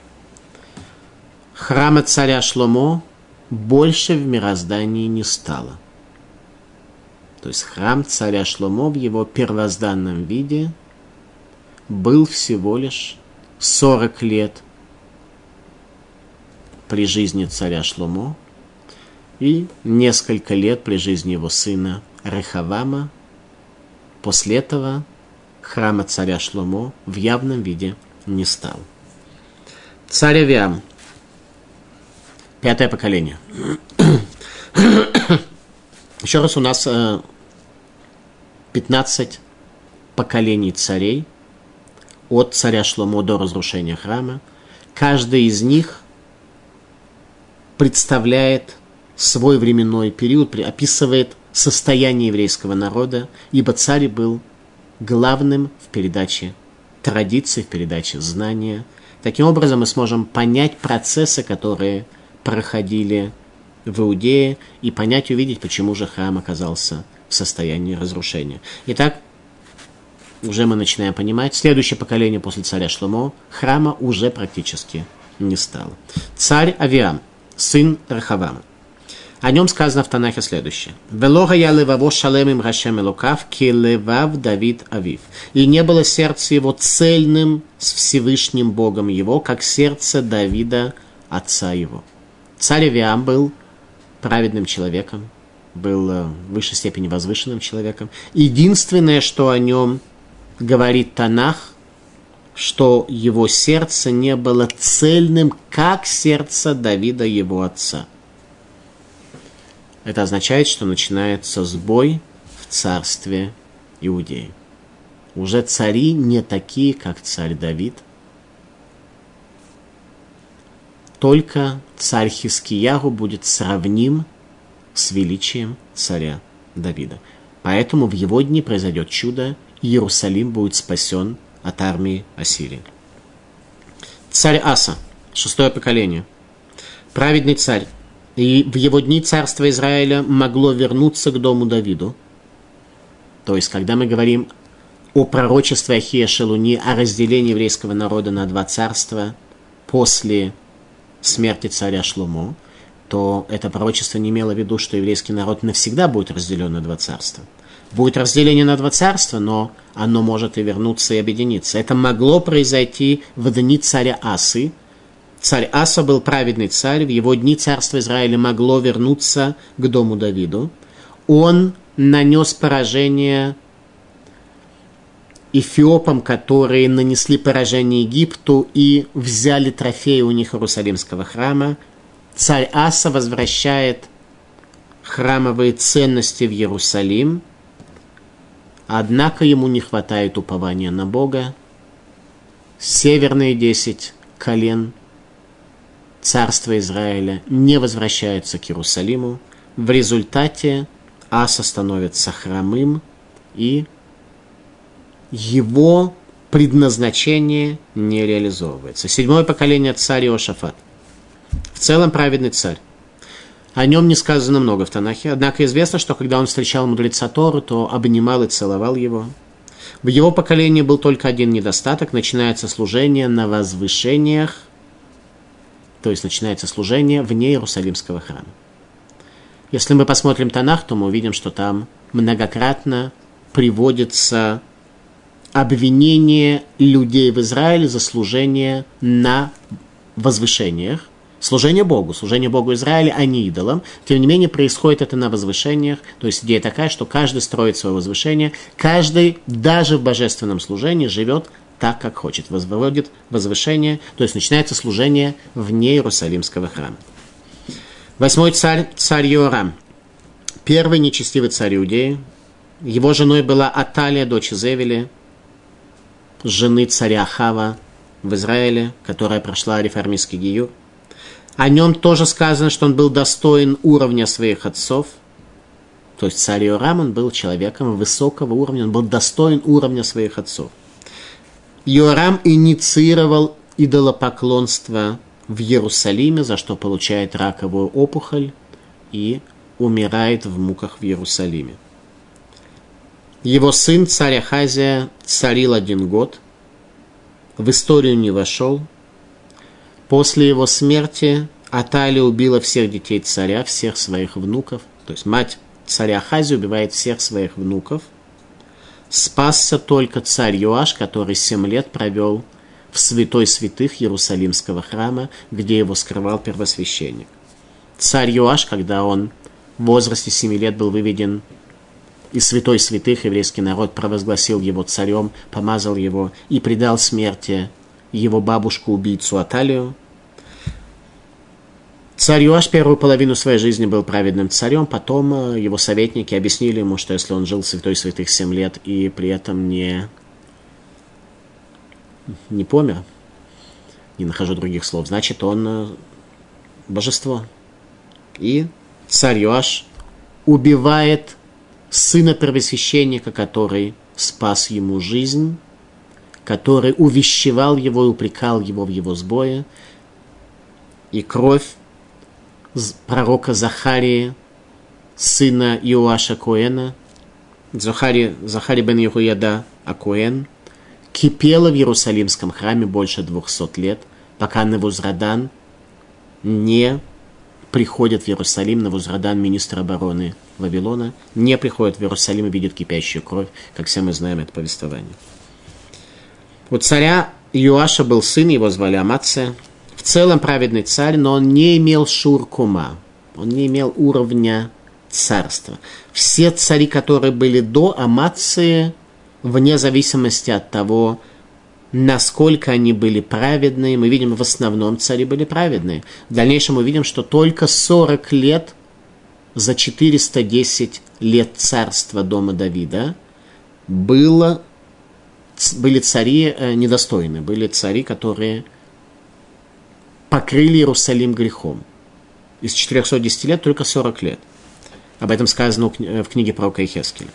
Храма царя Шломо больше в мироздании не стало. То есть храм царя Шломо в его первозданном виде был всего лишь сорок лет при жизни царя Шломо и несколько лет при жизни его сына Рехавама. После этого храма царя Шломо в явном виде не стал. Царь Авиам. Пятое поколение. Еще раз, у нас пятнадцать поколений царей от царя Шломо до разрушения храма. Каждый из них представляет свой временной период, описывает состояние еврейского народа, ибо царь был главным в передаче традиций, в передаче знания. Таким образом, мы сможем понять процессы, которые проходили в Иудее, и понять и увидеть, почему же храм оказался в состоянии разрушения. Итак, уже мы начинаем понимать, следующее поколение после царя Шломо храма уже практически не стало. Царь Авиам, сын Рехавама. О нем сказано в Танахе следующее. «Велога я леваво шалем им Рашем Элокав, ки левав Давид Авив». И не было сердце его цельным с Всевышним Богом его, как сердце Давида, отца его. Царь Авиам был праведным человеком, был в высшей степени возвышенным человеком. Единственное, что о нем говорит Танах, что его сердце не было цельным, как сердце Давида, его отца. Это означает, что начинается сбой в царстве Иудеи. Уже цари не такие, как царь Давид. Только царь Хискиягу будет сравним с величием царя Давида. Поэтому в его дни произойдет чудо, и Иерусалим будет спасен от армии Ассирии. Царь Аса, шестое поколение, праведный царь. И в его дни царство Израиля могло вернуться к дому Давиду. То есть, когда мы говорим о пророчестве Ахия Шелуни, о разделении еврейского народа на два царства после смерти царя Шломо, то это пророчество не имело в виду, что еврейский народ навсегда будет разделен на два царства. Будет разделение на два царства, но оно может и вернуться, и объединиться. Это могло произойти в дни царя Асы. Царь Аса был праведный царь, в его дни царство Израиля могло вернуться к дому Давиду. Он нанес поражение эфиопам, которые нанесли поражение Египту и взяли трофеи у них Иерусалимского храма. Царь Аса возвращает храмовые ценности в Иерусалим, однако ему не хватает упования на Бога. Северные десять колен царство Израиля не возвращается к Иерусалиму. В результате Аса становится хромым, и его предназначение не реализовывается. Седьмое поколение царь Иошафат. В целом праведный царь. О нем не сказано много в Танахе, однако известно, что когда он встречал мудреца Торы, то обнимал и целовал его. В его поколении был только один недостаток. Начинается служение на возвышениях, то есть начинается служение вне Иерусалимского храма. Если мы посмотрим Танах, то мы увидим, что там многократно приводится обвинение людей в Израиле за служение на возвышениях. Служение Богу, служение Богу Израиля, а не идолам. Тем не менее, происходит это на возвышениях. То есть идея такая, что каждый строит свое возвышение. Каждый, даже в божественном служении, живет так, как хочет. Возводит возвышение. То есть начинается служение вне Иерусалимского храма. Восьмой царь, царь Йорам. Первый нечестивый царь Иудеи. Его женой была Аталия, дочь Изевели, жены царя Ахава в Израиле, которая прошла реформистский гиюр. О нем тоже сказано, что он был достоин уровня своих отцов. То есть царь Йорам, он был человеком высокого уровня, он был достоин уровня своих отцов. Йорам инициировал идолопоклонство в Иерусалиме, за что получает раковую опухоль и умирает в муках в Иерусалиме. Его сын, царь Ахазия, царил один год, в историю не вошел. После его смерти Аталия убила всех детей царя, всех своих внуков. То есть мать царя Ахазия убивает всех своих внуков. Спасся только царь Йоаш, который семь лет провел в святой святых Иерусалимского храма, где его скрывал первосвященник. Царь Йоаш, когда он в возрасте семи лет был выведен из святой святых, еврейский народ провозгласил его царем, помазал его и предал смерти его бабушку-убийцу Аталию. Царь Йоаш первую половину своей жизни был праведным царем, потом его советники объяснили ему, что если он жил в святой святых семь лет и при этом не, не помер, не нахожу других слов, значит он божество. И царь Йоаш убивает сына первосвященника, который спас ему жизнь, который увещевал его и упрекал его в его сбое, и кровь пророка Захарии, сына Иоаша Коэна, Захари, Захари бен Йехуяда Акоэн, кипела в Иерусалимском храме больше двухсот лет, пока Навузрадан не приходит в Иерусалим, Навузрадан, министр обороны Вавилона, не приходит в Иерусалим и видит кипящую кровь, как все мы знаем это повествование. У царя Иоаша был сын, его звали Амация. В целом праведный царь, но он не имел шур-кума, он не имел уровня царства. Все цари, которые были до Амации, вне зависимости от того, насколько они были праведные, мы видим, в основном цари были праведные. В дальнейшем мы видим, что только сорок лет за четыреста десять лет царства дома Давида было, были цари недостойны, были цари, которые покрыли Иерусалим грехом. Из четырехсот десяти лет только сорок лет. Об этом сказано в книге пророка Йехескеля.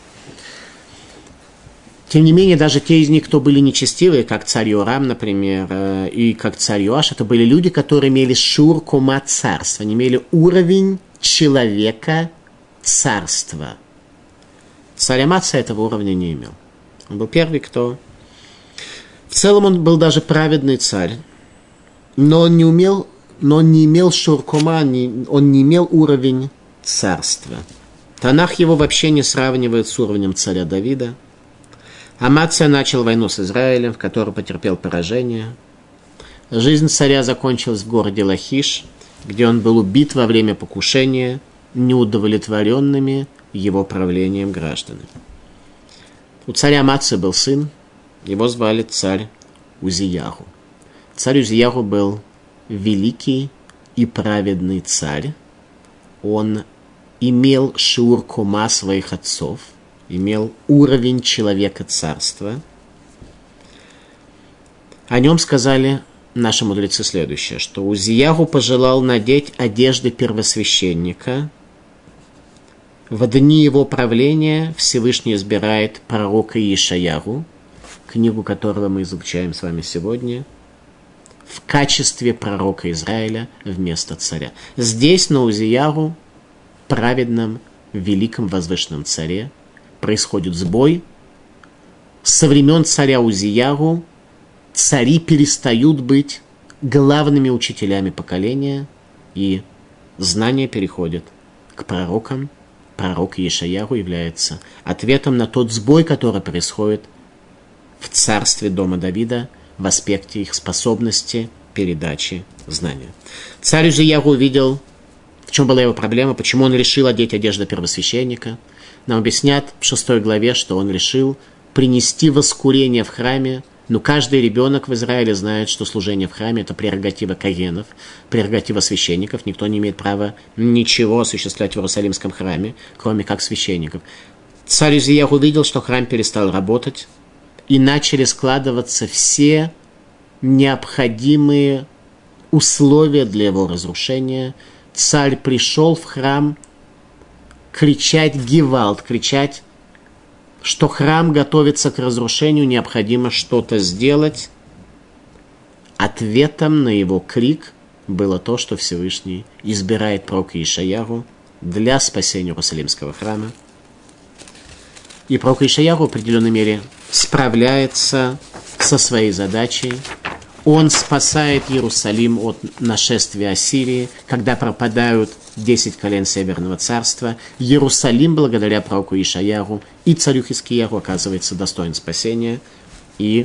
Тем не менее, даже те из них, кто были нечестивые, как царь Йорам, например, и как царь Йоаш, это были люди, которые имели шур-кума царства, они имели уровень человека царства. Царь Амация этого уровня не имел. Он был первый, кто... В целом он был даже праведный царь, но он не умел, но он не имел шур-кума, он не имел уровень царства. Танах его вообще не сравнивает с уровнем царя Давида. Амация начал войну с Израилем, в которой потерпел поражение. Жизнь царя закончилась в городе Лахиш, где он был убит во время покушения неудовлетворенными его правлением гражданами. У царя Амации был сын, его звали царь Узияху. Царь Узияху был великий и праведный царь. Он имел шиур-кума своих отцов, имел уровень человека царства. О нем сказали наши мудрецы следующее, что Узиягу пожелал надеть одежды первосвященника. В дни его правления Всевышний избирает пророка Ишаяху, книгу которого мы изучаем с вами сегодня, в качестве пророка Израиля вместо царя. Здесь на Узиягу, праведном, великом, возвышенном царе, происходит сбой. Со времен царя Узиягу цари перестают быть главными учителями поколения, и знания переходят к пророкам. Пророк Ишаяху является ответом на тот сбой, который происходит в царстве дома Давида в аспекте их способности передачи знания. Царь Узиягу увидел, в чем была его проблема, почему он решил одеть одежду первосвященника. Нам объяснят в шестой главе, что он решил принести воскурение в храме. Но каждый ребенок в Израиле знает, что служение в храме – это прерогатива коэнов, прерогатива священников. Никто не имеет права ничего осуществлять в Иерусалимском храме, кроме как священников. Царь Узиях увидел, что храм перестал работать, и начали складываться все необходимые условия для его разрушения. Царь пришел в храм кричать «Гевалт», кричать, что храм готовится к разрушению, необходимо что-то сделать. Ответом на его крик было то, что Всевышний избирает пророка Ишаяху для спасения Иерусалимского храма. И пророк Ишаяху в определенной мере справляется со своей задачей. Он спасает Иерусалим от нашествия Ассирии, когда пропадают десять колен Северного царства. Иерусалим, благодаря пророку Ишаяху и царю Хизкияху, оказывается достоин спасения. И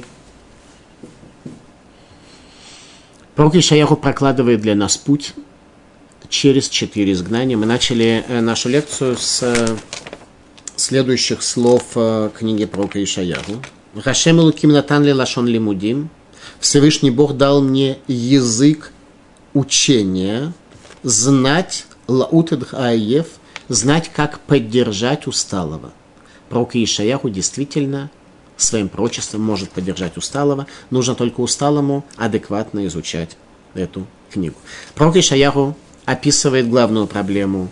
пророк Ишаяху прокладывает для нас путь через четыре изгнания. Мы начали нашу лекцию с следующих слов книги пророка Ишаяху. «Рашем элуким натан ле лашон лимудим». Всевышний Бог дал мне язык учения, знать лаутед аев, знать, как поддержать усталого. Пророк Ишаяху действительно своим пророчеством может поддержать усталого. Нужно только усталому адекватно изучать эту книгу. Пророк Ишаяху описывает главную проблему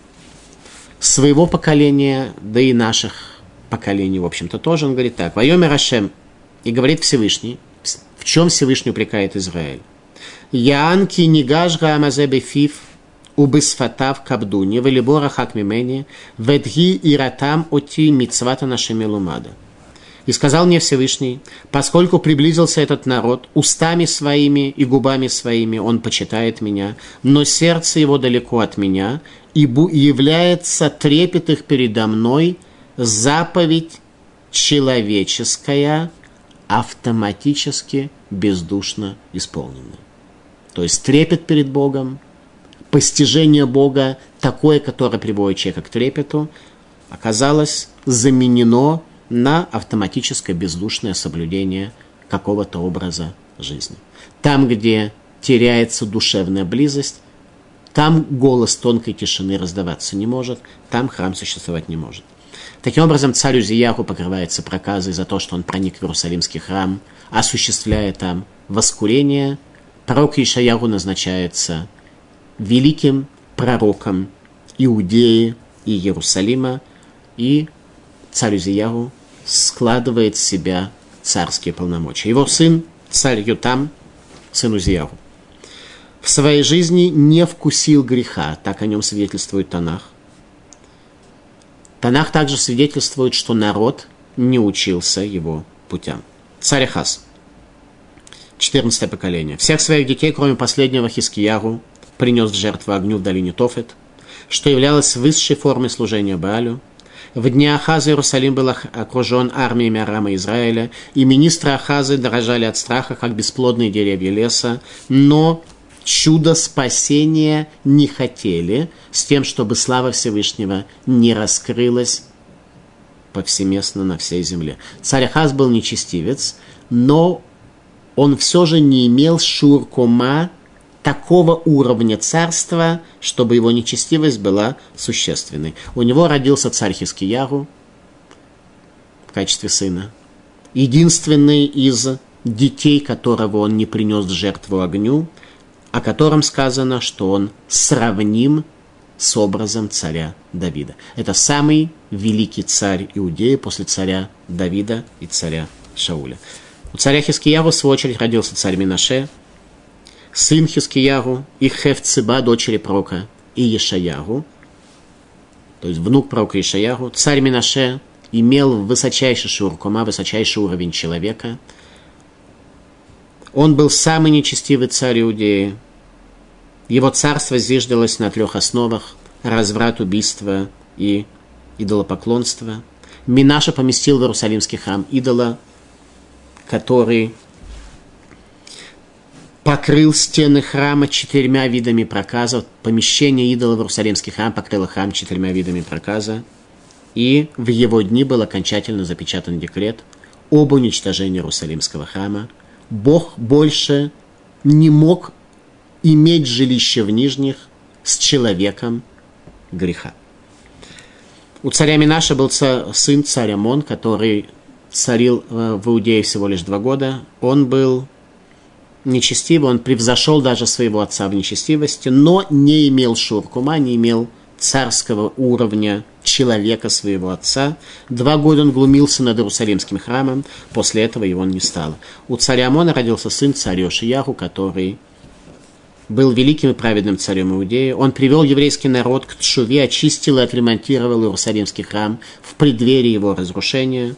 своего поколения, да и наших поколений, в общем-то, тоже. Он говорит так: «Вайомер Ашем», и говорит Всевышний. В чем Всевышний упрекает Израиль? «Яанки нигажга амазе бефив убысфатав кабдуни велибора хак мимени ведги иратам оти мицвата нашими лумада». И сказал мне Всевышний: поскольку приблизился этот народ, устами своими и губами своими он почитает меня, но сердце его далеко от меня, и является трепет их передо мной, заповедь человеческая, автоматически, бездушно исполненная. То есть трепет перед Богом, постижение Бога, такое, которое приводит человека к трепету, оказалось заменено на автоматическое бездушное соблюдение какого-то образа жизни. Там, где теряется душевная близость, там голос тонкой тишины раздаваться не может, там храм существовать не может. Таким образом, царь Узияху покрывается проказой за то, что он проник в Иерусалимский храм, осуществляя там воскурение. Пророк Ишаяху назначается великим пророком Иудеи и Иерусалима, и царь Узияху складывает в себя царские полномочия. Его сын, царь Ютам, сын Узияху, в своей жизни не вкусил греха, так о нем свидетельствует Танах. Танах также свидетельствует, что народ не учился его путям. Царь Ахаз, четырнадцатое поколение. Всех своих детей, кроме последнего Хизкияху, принес в жертву огню в долине Тофет, что являлось высшей формой служения Баалю. В дни Ахаза Иерусалим был окружен армиями Арама Израиля, и министры Ахазы дрожали от страха, как бесплодные деревья леса, но чудо спасения не хотели, с тем, чтобы слава Всевышнего не раскрылась повсеместно на всей земле. Царь Ахаз был нечестивец, но он все же не имел шур-кома такого уровня царства, чтобы его нечестивость была существенной. У него родился царь Хизкияху в качестве сына, единственный из детей которого он не принес в жертву огню, о котором сказано, что он сравним с образом царя Давида. Это самый великий царь Иудеи после царя Давида и царя Шауля. У царя Хискиягу, в свою очередь, родился царь Минаше, сын Хискиягу, и Хефциба, дочери пророка, и Ешаягу, то есть внук пророка Ешаягу. Царь Минаше имел высочайший шиур ума, высочайший уровень человека. Он был самый нечестивый царь Иудеи. Его царство зиждалось на трех основах: разврат, убийство и идолопоклонство. Минаша поместил в Иерусалимский храм идола, который покрыл стены храма четырьмя видами проказа. Помещение идола в Иерусалимский храм покрыло храм четырьмя видами проказа. И в его дни был окончательно запечатан декрет об уничтожении Иерусалимского храма. Бог больше не мог иметь жилище в нижних с человеком греха. У царя Минаша был сын царя Амон, который царил в Иудее всего лишь два года. Он был нечестивый, он превзошел даже своего отца в нечестивости, но не имел шиур ума, не имел царского уровня человека своего отца. Два года он глумился над Иерусалимским храмом, после этого его не стало. У царя Амона родился сын царя Йошияху, который был великим и праведным царем Иудеи. Он привел еврейский народ к тшуве, очистил и отремонтировал Иерусалимский храм в преддверии его разрушения.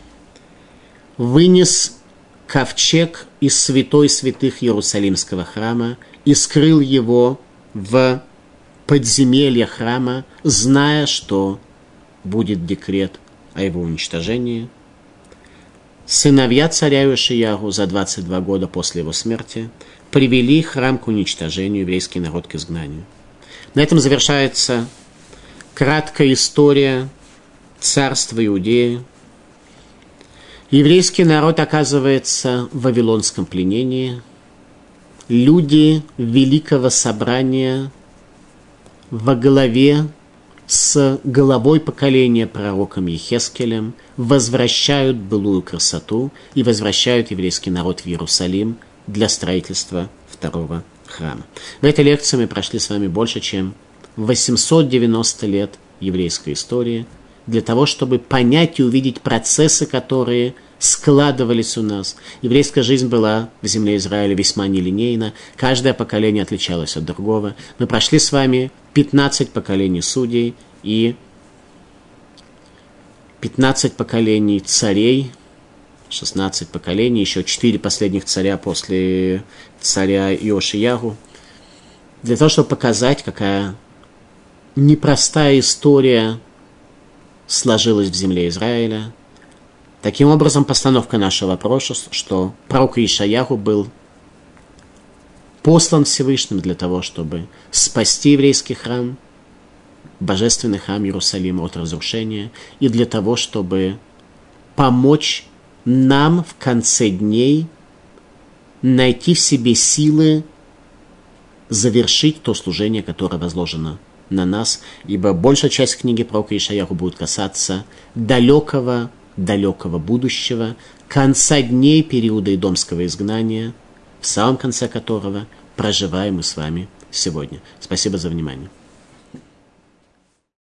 Вынес ковчег из святой святых Иерусалимского храма и скрыл его в подземелье храма, зная, что будет декрет о его уничтожении. Сыновья царя Йошияху за двадцать два года после его смерти привели храм к уничтожению, еврейский народ к изгнанию. На этом завершается краткая история царства Иудеи. Еврейский народ оказывается в вавилонском пленении. Люди великого собрания во главе с головой поколения пророком Ехескелем возвращают былую красоту и возвращают еврейский народ в Иерусалим для строительства второго храма. В этой лекции мы прошли с вами больше, чем восемьсот девяносто лет еврейской истории, для того, чтобы понять и увидеть процессы, которые складывались у нас. Еврейская жизнь была в земле Израиля весьма нелинейна, каждое поколение отличалось от другого. Мы прошли с вами пятнадцать поколений судей и пятнадцать поколений царей, шестнадцать поколений, еще четыре последних царя после царя Йошияху, для того, чтобы показать, какая непростая история сложилась в земле Израиля. Таким образом, постановка нашего вопроса, что пророк Ишаяху был послан Всевышним для того, чтобы спасти еврейский храм, божественный храм Иерусалима от разрушения, и для того, чтобы помочь нам в конце дней найти в себе силы завершить то служение, которое возложено на нас, ибо большая часть книги пророка Ишаяху будет касаться далекого, далекого будущего, конца дней периода идомского изгнания, в самом конце которого проживаем мы с вами сегодня. Спасибо за внимание.